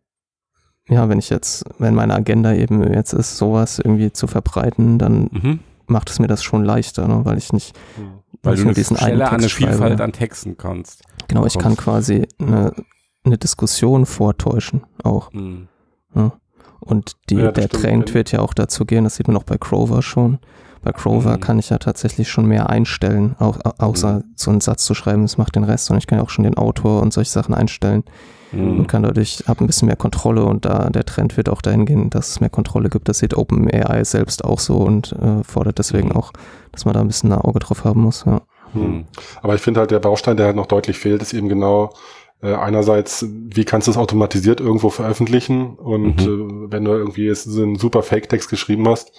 wenn meine Agenda eben jetzt ist, sowas irgendwie zu verbreiten, dann macht es mir das schon leichter, ne? Weil ich nicht weil du diesen schneller eine Vielfalt an Texten kannst. Genau, ich kann quasi eine Diskussion vortäuschen auch. Ja. Und der Trend wird ja auch dazu gehen, das sieht man auch bei Grover schon. Bei Grover kann ich ja tatsächlich schon mehr einstellen, außer so einen Satz zu schreiben, das macht den Rest. Und ich kann ja auch schon den Autor und solche Sachen einstellen und kann dadurch, habe ein bisschen mehr Kontrolle und der Trend wird auch dahin gehen, dass es mehr Kontrolle gibt. Das sieht OpenAI selbst auch so und fordert deswegen auch, dass man da ein bisschen ein Auge drauf haben muss. Ja. Aber ich finde halt, der Baustein, der halt noch deutlich fehlt, ist eben genau einerseits, wie kannst du es automatisiert irgendwo veröffentlichen und wenn du irgendwie so einen super Fake-Text geschrieben hast,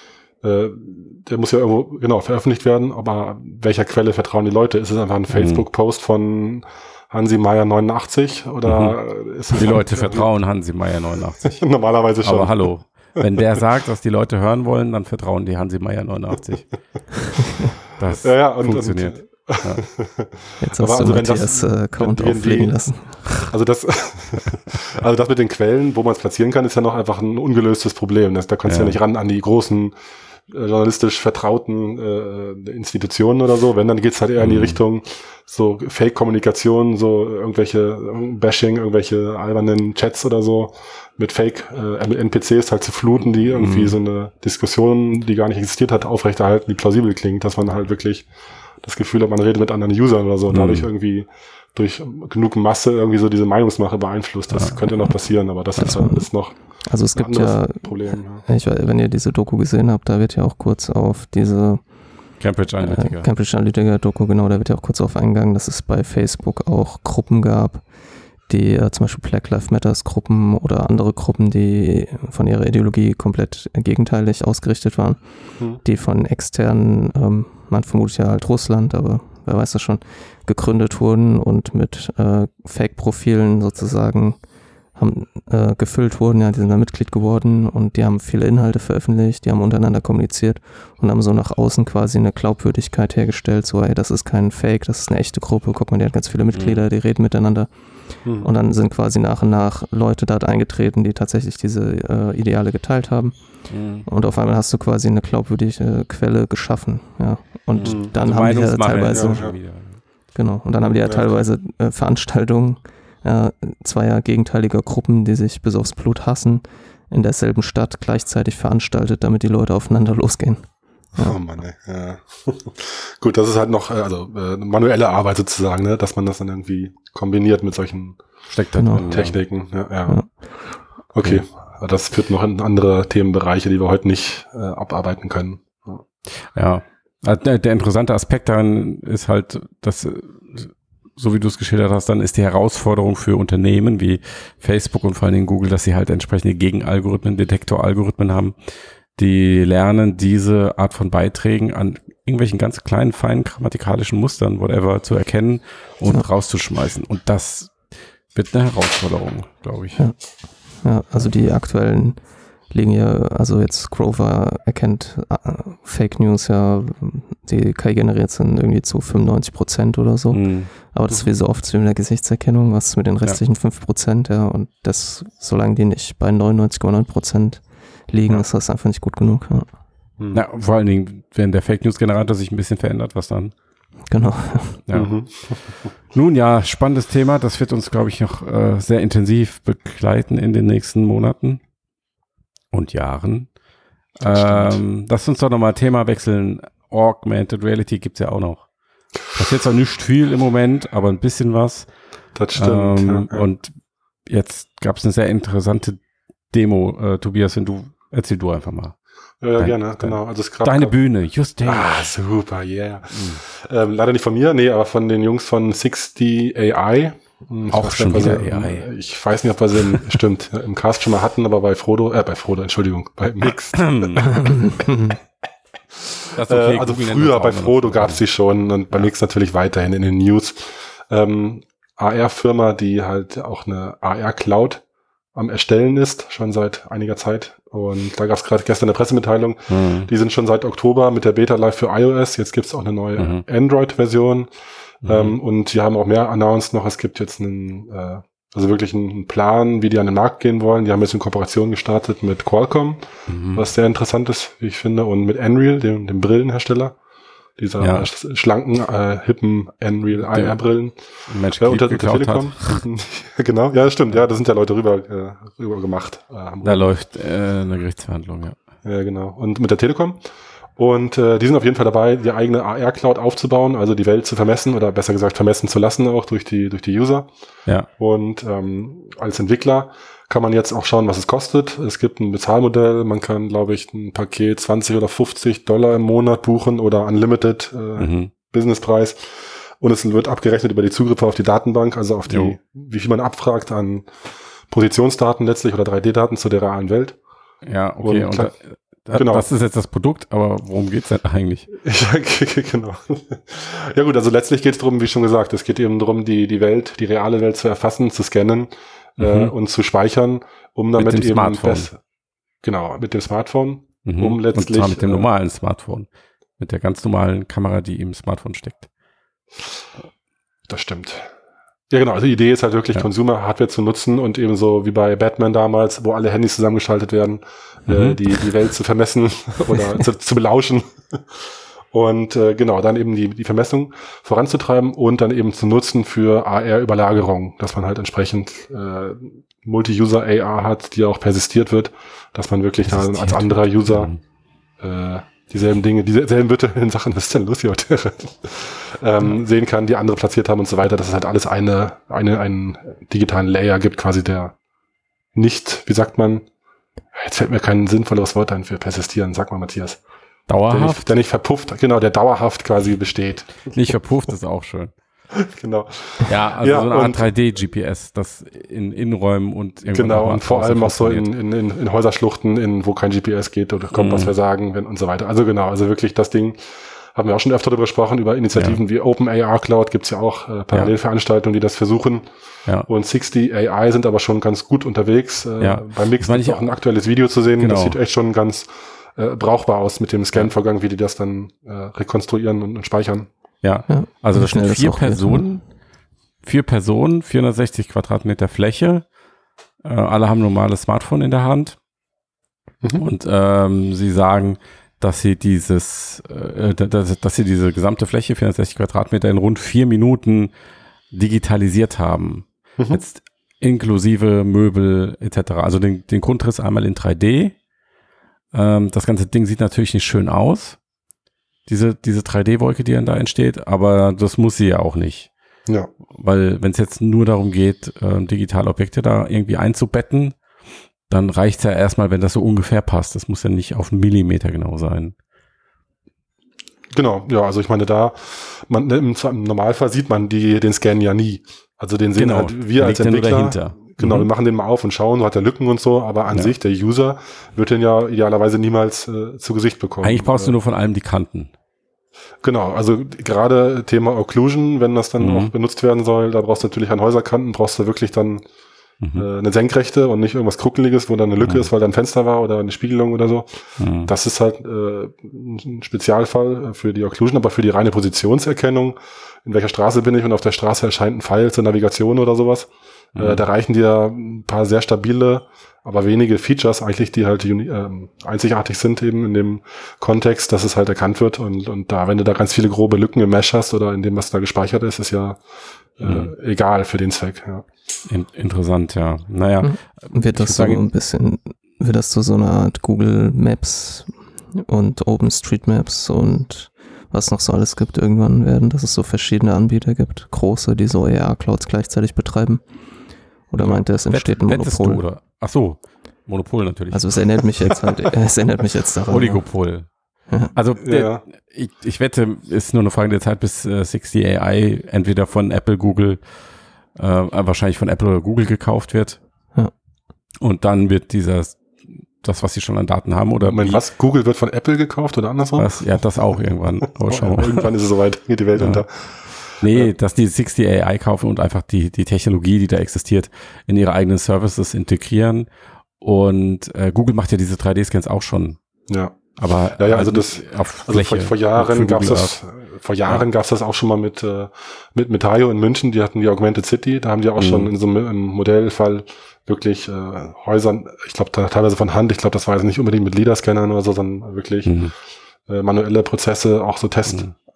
der muss ja irgendwo veröffentlicht werden, aber welcher Quelle vertrauen die Leute? Ist es einfach ein Facebook-Post von Hansi Meier 89 oder ist es die Leute vertrauen Hansi Meier 89? Normalerweise schon. Aber hallo, wenn der sagt, was die Leute hören wollen, dann vertrauen die Hansi Meier 89. Das funktioniert. Jetzt hast du Matthias Account auflegen lassen. Also das mit den Quellen, wo man es platzieren kann, ist ja noch einfach ein ungelöstes Problem. Da kannst du ja nicht ran an die großen journalistisch vertrauten Institutionen oder so. Wenn, dann geht's halt eher in die Richtung so Fake-Kommunikation, so irgendwelche Bashing, irgendwelche albernen Chats oder so mit mit NPCs halt zu fluten, die irgendwie so eine Diskussion, die gar nicht existiert hat, aufrechterhalten, die plausibel klingt, dass man halt wirklich das Gefühl hat, man redet mit anderen Usern oder so und dadurch irgendwie durch genug Masse irgendwie so diese Meinungsmache beeinflusst. Das könnte noch passieren, aber das ist noch also es gibt ja Problem. Wenn ihr diese Doku gesehen habt, da wird ja auch kurz auf diese Cambridge Analytica Doku, genau, da wird ja auch kurz auf eingegangen, dass es bei Facebook auch Gruppen gab, die zum Beispiel Black Lives Matters Gruppen oder andere Gruppen, die von ihrer Ideologie komplett gegenteilig ausgerichtet waren, die von externen, man vermutet ja halt Russland, aber wer weiß das schon, gegründet wurden und mit Fake-Profilen sozusagen gefüllt wurden, ja, die sind da Mitglied geworden und die haben viele Inhalte veröffentlicht, die haben untereinander kommuniziert und haben so nach außen quasi eine Glaubwürdigkeit hergestellt, so, ey, das ist kein Fake, das ist eine echte Gruppe, guck mal, die hat ganz viele Mitglieder, die reden miteinander und dann sind quasi nach und nach Leute dort eingetreten, die tatsächlich diese Ideale geteilt haben und auf einmal hast du quasi eine glaubwürdige Quelle geschaffen, ja, und dann also haben die ja teilweise genau, und dann haben die ja teilweise Veranstaltungen zweier gegenteiliger Gruppen, die sich bis aufs Blut hassen, in derselben Stadt gleichzeitig veranstaltet, damit die Leute aufeinander losgehen. Ja. Oh Mann, ey. Ja. Gut, das ist halt noch manuelle Arbeit sozusagen, ne? Dass man das dann irgendwie kombiniert mit solchen Techniken. Ja. Okay, das führt noch in andere Themenbereiche, die wir heute nicht abarbeiten können. Ja, der interessante Aspekt daran ist halt, dass so wie du es geschildert hast, dann ist die Herausforderung für Unternehmen wie Facebook und vor allen Dingen Google, dass sie halt entsprechende Gegenalgorithmen, Detektoralgorithmen haben, die lernen, diese Art von Beiträgen an irgendwelchen ganz kleinen, feinen grammatikalischen Mustern, whatever, zu erkennen und rauszuschmeißen. Und das wird eine Herausforderung, glaube ich. Ja, also die aktuellen liegen ja, also jetzt Grover erkennt Fake News ja, die KI generiert sind irgendwie zu 95% oder so. Aber das ist wie so oft mit der Gesichtserkennung, was ist mit den restlichen 5%, ja, und das, solange die nicht bei 99,9% liegen, ist das einfach nicht gut genug. Ja. Ja, vor allen Dingen, wenn der Fake News Generator sich ein bisschen verändert, was dann? Genau. Ja. Nun ja, spannendes Thema, das wird uns, glaube ich, noch sehr intensiv begleiten in den nächsten Monaten und Jahren. Lass uns doch nochmal Thema wechseln. Augmented Reality gibt's ja auch noch. Passiert zwar nicht viel im Moment, aber ein bisschen was. Das stimmt. Und jetzt gab's eine sehr interessante Demo. Tobias, erzähl du einfach mal. Ja, gerne, genau. Also deine Bühne, just there. Ah, super, yeah. Leider nicht von mir, nee, aber von den Jungs von 60 AI. Auch schon wieder AI. Ich weiß nicht, ob wir sie im Cast schon mal hatten, aber bei Frodo, bei Mix. Okay, also früher bei Frodo gab es sie schon und bei Mix natürlich weiterhin in den News. AR-Firma, die halt auch eine AR-Cloud am Erstellen ist, schon seit einiger Zeit. Und da gab es gerade gestern eine Pressemitteilung. Die sind schon seit Oktober mit der Beta live für iOS. Jetzt gibt es auch eine neue Android-Version. Und die haben auch mehr announced noch. Es gibt jetzt wirklich einen Plan, wie die an den Markt gehen wollen. Die haben jetzt eine Kooperation gestartet mit Qualcomm, was sehr interessant ist, wie ich finde, und mit Unreal, dem Brillenhersteller. dieser schlanken, hippen Unreal IR-Brillen. Mensch, unter Telekom. Genau, ja, das stimmt. Ja, da sind ja Leute rüber gemacht. Da läuft eine Gerichtsverhandlung, ja. Ja, genau. Und mit der Telekom. Und die sind auf jeden Fall dabei, die eigene AR-Cloud aufzubauen, also die Welt zu vermessen oder besser gesagt vermessen zu lassen auch durch die User. Ja. Und als Entwickler kann man jetzt auch schauen, was es kostet. Es gibt ein Bezahlmodell, man kann, glaube ich, ein Paket $20 oder $50 im Monat buchen oder Unlimited Businesspreis. Und es wird abgerechnet über die Zugriffe auf die Datenbank, also auf die, wie viel man abfragt an Positionsdaten letztlich oder 3D-Daten zu der realen Welt. Ja, okay. Und genau. Das ist jetzt das Produkt, aber worum geht's denn eigentlich? Ja, genau. Ja gut, also letztlich geht es darum, wie schon gesagt, es geht eben darum, die Welt, die reale Welt zu erfassen, zu scannen und zu speichern, um damit mit dem eben Smartphone. Genau, mit dem Smartphone, um letztlich. Und zwar mit dem normalen Smartphone. Mit der ganz normalen Kamera, die im Smartphone steckt. Das stimmt. Ja, genau. Also die Idee ist halt wirklich, Consumer-Hardware zu nutzen und eben so wie bei Batman damals, wo alle Handys zusammengeschaltet werden, die Welt zu vermessen oder zu belauschen. Und genau, dann eben die Vermessung voranzutreiben und dann eben zu nutzen für AR-Überlagerung, dass man halt entsprechend Multi-User AR hat, die auch persistiert wird, dass man wirklich dann als anderer User dieselben Dinge, dieselben virtuellen Sachen, was ist denn los hier heute? Sehen kann, die andere platziert haben und so weiter, dass es halt alles einen digitalen Layer gibt, quasi der nicht, wie sagt man, jetzt fällt mir kein sinnvolleres Wort ein für persistieren, sag mal Matthias. Dauerhaft? Der nicht verpufft, genau, der dauerhaft quasi besteht. Nicht verpufft ist auch schön. Genau. Ja, also so eine Art 3D-GPS, das in Innenräumen und genau, und vor allem auch so in Häuserschluchten, wo kein GPS geht oder Kompass versagen und so weiter. Also genau, also wirklich das Ding, haben wir auch schon öfter darüber gesprochen, über Initiativen wie OpenAR Cloud gibt's ja auch Parallelveranstaltungen, die das versuchen. Ja. Und 60 AI sind aber schon ganz gut unterwegs. Beim Mix ist auch ein aktuelles Video zu sehen. Genau. Das sieht echt schon ganz brauchbar aus mit dem Scan-Vorgang, wie die das dann rekonstruieren und speichern. Ja, also das sind 4 Personen, 460 Quadratmeter Fläche. Alle haben ein normales Smartphone in der Hand. Und sie sagen, dass sie diese gesamte Fläche, 460 Quadratmeter, in rund 4 Minuten digitalisiert haben. Jetzt inklusive Möbel etc. Also den Grundriss einmal in 3D. Das ganze Ding sieht natürlich nicht schön aus. Diese 3D-Wolke, die dann da entsteht, aber das muss sie ja auch nicht. Ja. Weil wenn es jetzt nur darum geht, digitale Objekte da irgendwie einzubetten, dann reicht es ja erstmal, wenn das so ungefähr passt. Das muss ja nicht auf 1 Millimeter genau sein. Genau, ja, also ich meine, im Normalfall sieht man den Scan ja nie. Also den sehen halt wir als Entwickler. Genau, wir machen den mal auf und schauen, hat er Lücken und so, aber an sich, der User wird den ja idealerweise niemals zu Gesicht bekommen. Eigentlich brauchst du nur von allem die Kanten. Genau, also gerade Thema Occlusion, wenn das dann auch benutzt werden soll, da brauchst du natürlich an Häuserkanten, brauchst du wirklich dann eine Senkrechte und nicht irgendwas Kruckeliges, wo dann eine Lücke ist, weil da ein Fenster war oder eine Spiegelung oder so. Das ist halt ein Spezialfall für die Occlusion, aber für die reine Positionserkennung, in welcher Straße bin ich und auf der Straße erscheint ein Pfeil zur Navigation oder sowas. Da reichen dir ein paar sehr stabile, aber wenige Features eigentlich, die halt einzigartig sind eben in dem Kontext, dass es halt erkannt wird und da, wenn du da ganz viele grobe Lücken im Mesh hast oder in dem, was da gespeichert ist, ist ja egal für den Zweck. Ja. Interessant, ja. Naja. Wird das so eine Art Google Maps und OpenStreetMaps und was noch so alles gibt irgendwann werden, dass es so verschiedene Anbieter gibt, große, die so AR-Clouds gleichzeitig betreiben? Oder meint er, es entsteht ein Monopol? Oder? Ach so, Monopol natürlich. Also es erinnert mich jetzt daran. Oligopol. Ja. Also ich wette, ist nur eine Frage der Zeit, bis 60 AI entweder von Apple, Google, wahrscheinlich von Apple oder Google gekauft wird. Ja. Und dann wird das, was sie schon an Daten haben, oder was? Google wird von Apple gekauft oder andersrum? Ja, das auch irgendwann. Aber schau mal. Irgendwann ist es soweit, geht die Welt unter. Nee, dass die 60 AI kaufen und einfach die Technologie, die da existiert, in ihre eigenen Services integrieren. Und Google macht ja diese 3D-Scans auch schon. Ja. Aber also vor Jahren gab es das auch schon mal mit Metaio in München, die hatten die Augmented City, da haben die auch schon in so einem Modellfall wirklich Häusern, ich glaube teilweise von Hand, ich glaube, das war jetzt nicht unbedingt mit LiDAR-Scannern oder so, sondern wirklich manuelle Prozesse, auch so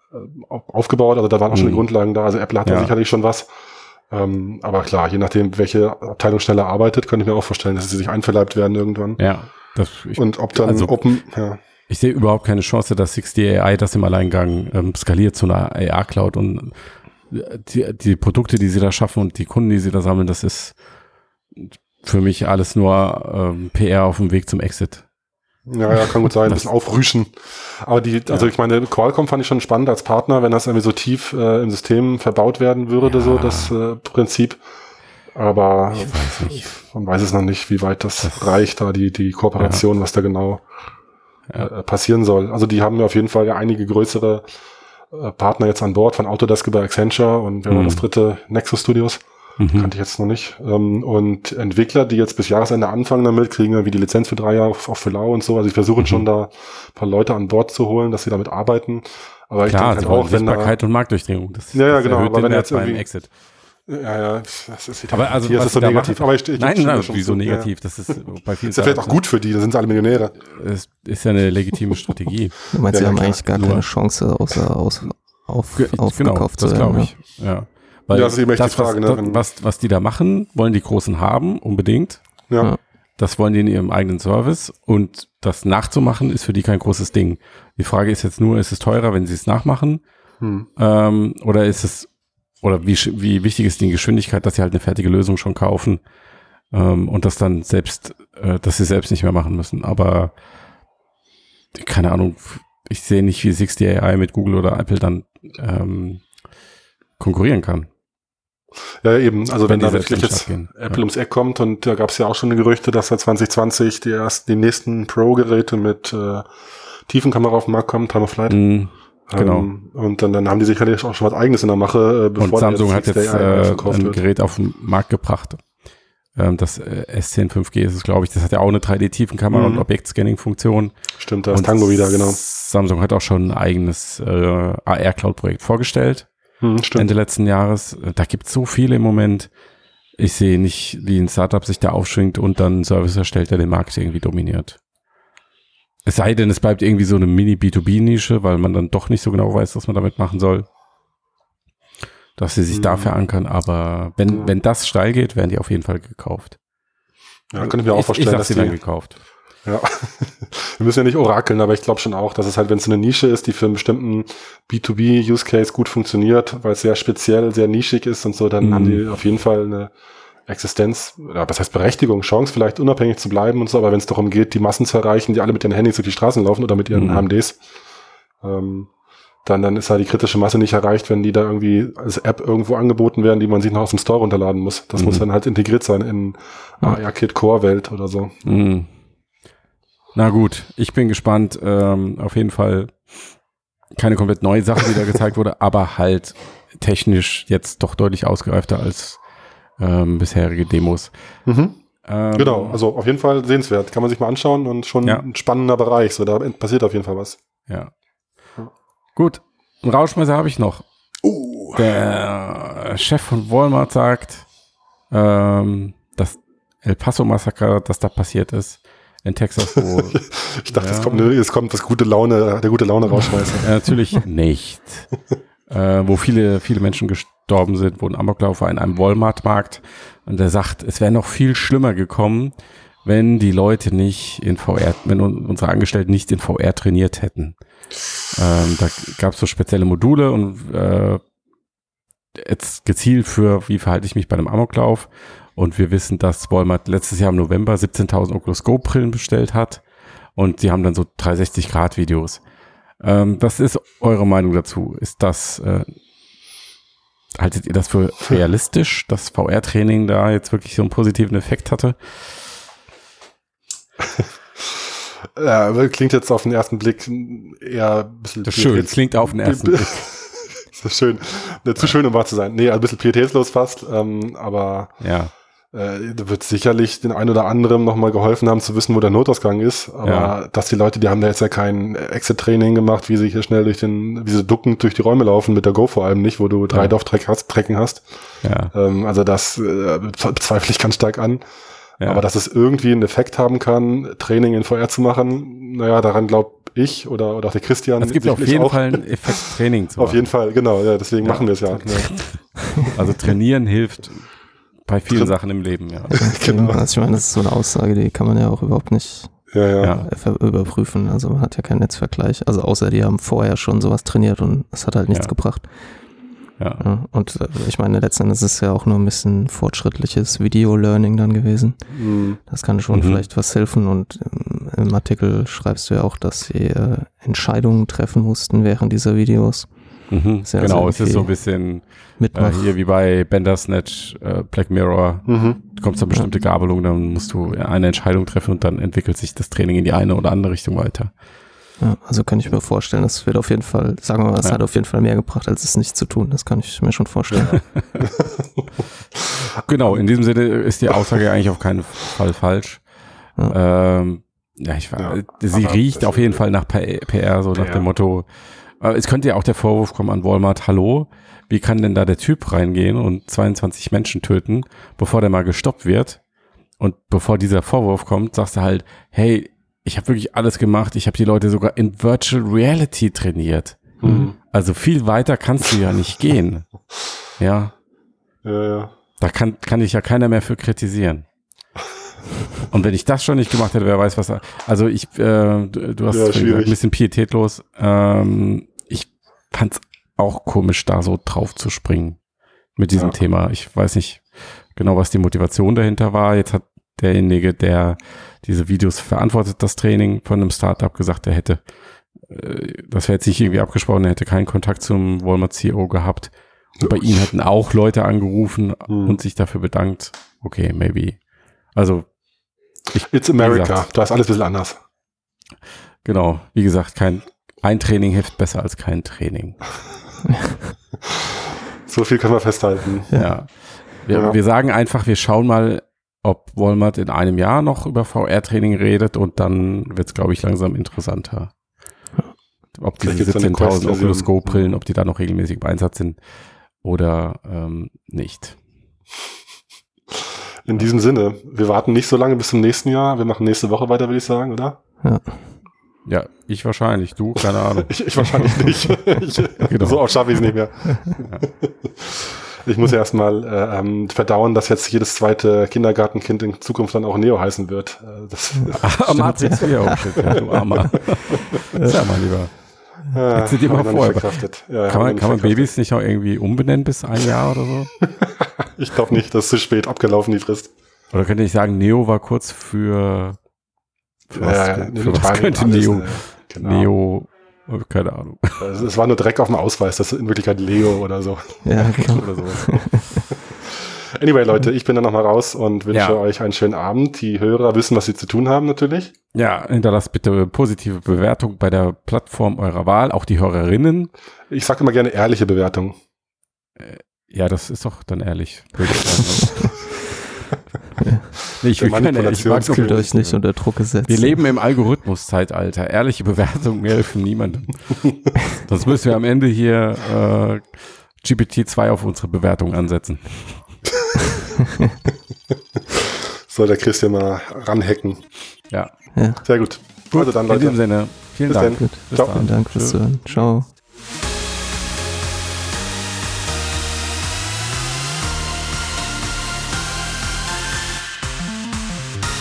aufgebaut, also da waren auch schon die Grundlagen da, also Apple hat da sicherlich schon was. Aber klar, je nachdem, welche Abteilung schneller arbeitet, könnte ich mir auch vorstellen, dass sie sich einverleibt werden irgendwann. Ja. Und ob dann ich sehe überhaupt keine Chance, dass 60 AI das im Alleingang skaliert zu einer AR-Cloud und die Produkte, die sie da schaffen und die Kunden, die sie da sammeln, das ist für mich alles nur PR auf dem Weg zum Exit. Ja, kann gut sein, ein bisschen aufrüschen. Aber ich meine, Qualcomm fand ich schon spannend als Partner, wenn das irgendwie so tief im System verbaut werden würde, so das Prinzip. Aber man weiß es noch nicht, wie weit das reicht, da die Kooperation, was da genau passieren soll. Also die haben ja auf jeden Fall einige größere Partner jetzt an Bord, von Autodesk über Accenture und wer war das dritte? Nexus Studios. Kannte ich jetzt noch nicht. Und Entwickler, die jetzt bis Jahresende anfangen damit, kriegen irgendwie die Lizenz für 3 Jahre auch für lau und so. Also ich versuche schon da ein paar Leute an Bord zu holen, dass sie damit arbeiten. Aber ich denke halt auch, wenn Sichtbarkeit und Marktdurchdringung. Das genau. Aber wenn jetzt beim Exit. Ja, das ist aber also hier ist es so negativ. Aber nein, wieso negativ? Das ist bei vielen. Ist ja vielleicht auch gut für die, da sind sie alle Millionäre. Es ist ja eine legitime Strategie. Du meinst, sie haben eigentlich gar keine Chance, außer aufgekauft zu werden. Das glaube ich, ja. Weil das ist eben echt die Frage, was die da machen, wollen die Großen haben, unbedingt. Ja. Das wollen die in ihrem eigenen Service und das nachzumachen ist für die kein großes Ding. Die Frage ist jetzt nur, ist es teurer, wenn sie es nachmachen? Oder ist es, oder wie wichtig ist die Geschwindigkeit, dass sie halt eine fertige Lösung schon kaufen und das dann selbst, dass sie selbst nicht mehr machen müssen. Aber keine Ahnung, ich sehe nicht, wie 60 AI mit Google oder Apple dann konkurrieren kann. Ja, eben. Also wenn da wirklich jetzt Apple ums Eck kommt und da gab es ja auch schon Gerüchte, dass seit 2020 die nächsten Pro-Geräte mit Tiefenkamera auf den Markt kommen, Time of Flight. Genau. Und dann haben die sicherlich auch schon was Eigenes in der Mache, bevor und Samsung hat jetzt ein wird. Gerät auf den Markt gebracht. Das S10 5G ist es, glaube ich. Das hat ja auch eine 3D-Tiefenkamera und Objektscanning-Funktion. Stimmt, da ist Tango wieder, genau. Samsung hat auch schon ein eigenes AR-Cloud-Projekt vorgestellt. Stimmt. Ende letzten Jahres. Da gibt es so viele im Moment. Ich sehe nicht, wie ein Startup sich da aufschwingt und dann einen Service erstellt, der den Markt irgendwie dominiert. Es sei denn, es bleibt irgendwie so eine Mini-B2B-Nische, weil man dann doch nicht so genau weiß, was man damit machen soll. Dass sie sich da verankern. Aber wenn das steil geht, werden die auf jeden Fall gekauft. Ja, könnte ich mir auch vorstellen, dass sie dann gekauft. Ja, wir müssen ja nicht orakeln, aber ich glaube schon auch, dass es halt, wenn es eine Nische ist, die für einen bestimmten B2B-Use-Case gut funktioniert, weil es sehr speziell, sehr nischig ist und so, dann haben die auf jeden Fall eine Existenz, oder was heißt Berechtigung, Chance vielleicht unabhängig zu bleiben und so, aber wenn es darum geht, die Massen zu erreichen, die alle mit ihren Handys durch die Straßen laufen oder mit ihren HMDs, dann ist halt die kritische Masse nicht erreicht, wenn die da irgendwie als App irgendwo angeboten werden, die man sich noch aus dem Store runterladen muss. Das muss dann halt integriert sein in AR-Kit-Core-Welt oder so. Na gut, ich bin gespannt. Auf jeden Fall keine komplett neue Sache, die da gezeigt wurde, aber halt technisch jetzt doch deutlich ausgereifter als bisherige Demos. Genau, also auf jeden Fall sehenswert. Kann man sich mal anschauen und schon ein spannender Bereich. So, da passiert auf jeden Fall was. Ja. Gut, einen Rauschmesser habe ich noch. Der Chef von Walmart sagt, das El Paso-Massaker, das da passiert ist, in Texas, wo ich dachte, es kommt das gute Laune, der gute Laune Rauschmeißer. Natürlich nicht. Wo viele Menschen gestorben sind, wo ein Amoklaufer in einem Walmart-Markt, und der sagt, es wäre noch viel schlimmer gekommen, wenn die Leute nicht in VR, wenn unsere Angestellten nicht in VR trainiert hätten. Da gab es so spezielle Module und jetzt gezielt für, wie verhalte ich mich bei einem Amoklauf. Und wir wissen, dass Walmart letztes Jahr im November 17.000 Oculus Go-Brillen bestellt hat. Und die haben dann so 360-Grad-Videos. Was ist eure Meinung dazu? Ist das, haltet ihr das für realistisch, dass VR-Training da jetzt wirklich so einen positiven Effekt hatte? Ja, klingt jetzt auf den ersten Blick eher ein bisschen... Das ist schön, klingt auf den ersten Blick. Das ist schön. Zu schön, um wahr zu sein. Nee, ein bisschen pietätslos fast, aber... Ja. Da wird sicherlich den einen oder anderen nochmal geholfen haben, zu wissen, wo der Notausgang ist. Aber dass die Leute, die haben da jetzt ja kein Exit-Training gemacht, wie sie hier schnell wie sie duckend durch die Räume laufen, mit der Go vor allem nicht, wo du 3 Dorftrecken hast. Ja. Also das bezweifle ich ganz stark an. Ja. Aber dass es irgendwie einen Effekt haben kann, Training in VR zu machen, naja, daran glaube ich oder auch der Christian. Es gibt auf jeden Fall einen Effekt, Training zu machen. Auf jeden Fall, genau. Ja, deswegen machen wir es ja. Also trainieren hilft bei vielen Sachen im Leben, ja. Genau. Also ich meine, das ist so eine Aussage, die kann man ja auch überhaupt nicht überprüfen. Also man hat ja keinen Netzvergleich. Also außer die haben vorher schon sowas trainiert und es hat halt nichts gebracht. Ja. Und ich meine, letzten Endes ist es ja auch nur ein bisschen fortschrittliches Video-Learning dann gewesen. Das kann schon vielleicht was helfen. Und im Artikel schreibst du ja auch, dass sie Entscheidungen treffen mussten während dieser Videos. Genau, es ist so ein bisschen hier wie bei Bandersnatch, Black Mirror. Du kommst an bestimmte Gabelungen, dann musst du eine Entscheidung treffen und dann entwickelt sich das Training in die eine oder andere Richtung weiter. Ja, also kann ich mir vorstellen, das wird auf jeden Fall, sagen wir mal, es hat auf jeden Fall mehr gebracht, als es nicht zu tun. Das kann ich mir schon vorstellen. Genau, in diesem Sinne ist die Aussage eigentlich auf keinen Fall falsch. Sie riecht auf jeden Fall nach PR, so nach dem Motto, es könnte ja auch der Vorwurf kommen an Walmart, hallo, wie kann denn da der Typ reingehen und 22 Menschen töten, bevor der mal gestoppt wird? Und bevor dieser Vorwurf kommt, sagst du halt, hey, ich habe wirklich alles gemacht, ich habe die Leute sogar in Virtual Reality trainiert. Also viel weiter kannst du ja nicht gehen. Ja. Da kann dich ja keiner mehr für kritisieren. Und wenn ich das schon nicht gemacht hätte, wer weiß was. Also du hast gesagt, ein bisschen pietätlos. Ich fand's auch komisch, da so drauf zu springen mit diesem Thema. Ich weiß nicht genau, was die Motivation dahinter war. Jetzt hat derjenige, der diese Videos verantwortet, das Training von einem Startup, gesagt, er hätte, das wäre jetzt nicht irgendwie abgesprochen, er hätte keinen Kontakt zum Walmart CEO gehabt. Und bei ihm hätten auch Leute angerufen und sich dafür bedankt. Okay, maybe. Also It's America, da ist alles ein bisschen anders. Genau, wie gesagt, ein Training hilft besser als kein Training. So viel können wir festhalten. Ja. Wir sagen einfach, wir schauen mal, ob Walmart in einem Jahr noch über VR-Training redet und dann wird es, glaube ich, langsam interessanter. Ob diese 17.000 Oculus Go-Brillen, ob die da noch regelmäßig im Einsatz sind oder nicht. In diesem Sinne, wir warten nicht so lange bis zum nächsten Jahr. Wir machen nächste Woche weiter, würde ich sagen, oder? Ja, ich wahrscheinlich, du, keine Ahnung. ich wahrscheinlich nicht. Genau. So oft schaffe ich es nicht mehr. Ich muss ja erstmal verdauen, dass jetzt jedes zweite Kindergartenkind in Zukunft dann auch Neo heißen wird. Am AC2, oh shit, ja, du Armer. Sag mal lieber. Jetzt sind die mal vor. Kann man Babys nicht auch irgendwie umbenennen bis ein Jahr oder so? Ich glaube nicht, das ist zu spät abgelaufen, die Frist. Oder könnte ich sagen, Neo war kurz für was könnte Neo? Genau. Neo, keine Ahnung. Also es war nur Dreck auf dem Ausweis, das ist in Wirklichkeit Leo oder so. Ja, genau. Oder sowas. Anyway, Leute, ich bin dann nochmal raus und wünsche euch einen schönen Abend. Die Hörer wissen, was sie zu tun haben, natürlich. Ja, hinterlasst bitte positive Bewertung bei der Plattform eurer Wahl, auch die Hörerinnen. Ich sage immer gerne ehrliche Bewertung. Ja, das ist doch dann ehrlich, würde ich sagen. Ich fühlt euch nicht unter Druck gesetzt. Wir leben im Algorithmus-Zeitalter. Ehrliche Bewertungen helfen niemandem. Sonst müssen wir am Ende hier GPT-2 auf unsere Bewertung ansetzen. Soll der Christian mal ranhacken. Ja. Sehr gut. Also dann, Leute. In dem Sinne, vielen Dank. Gut. Vielen Dank fürs Zuhören. Ciao.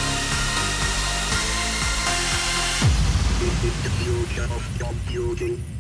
The future of computing.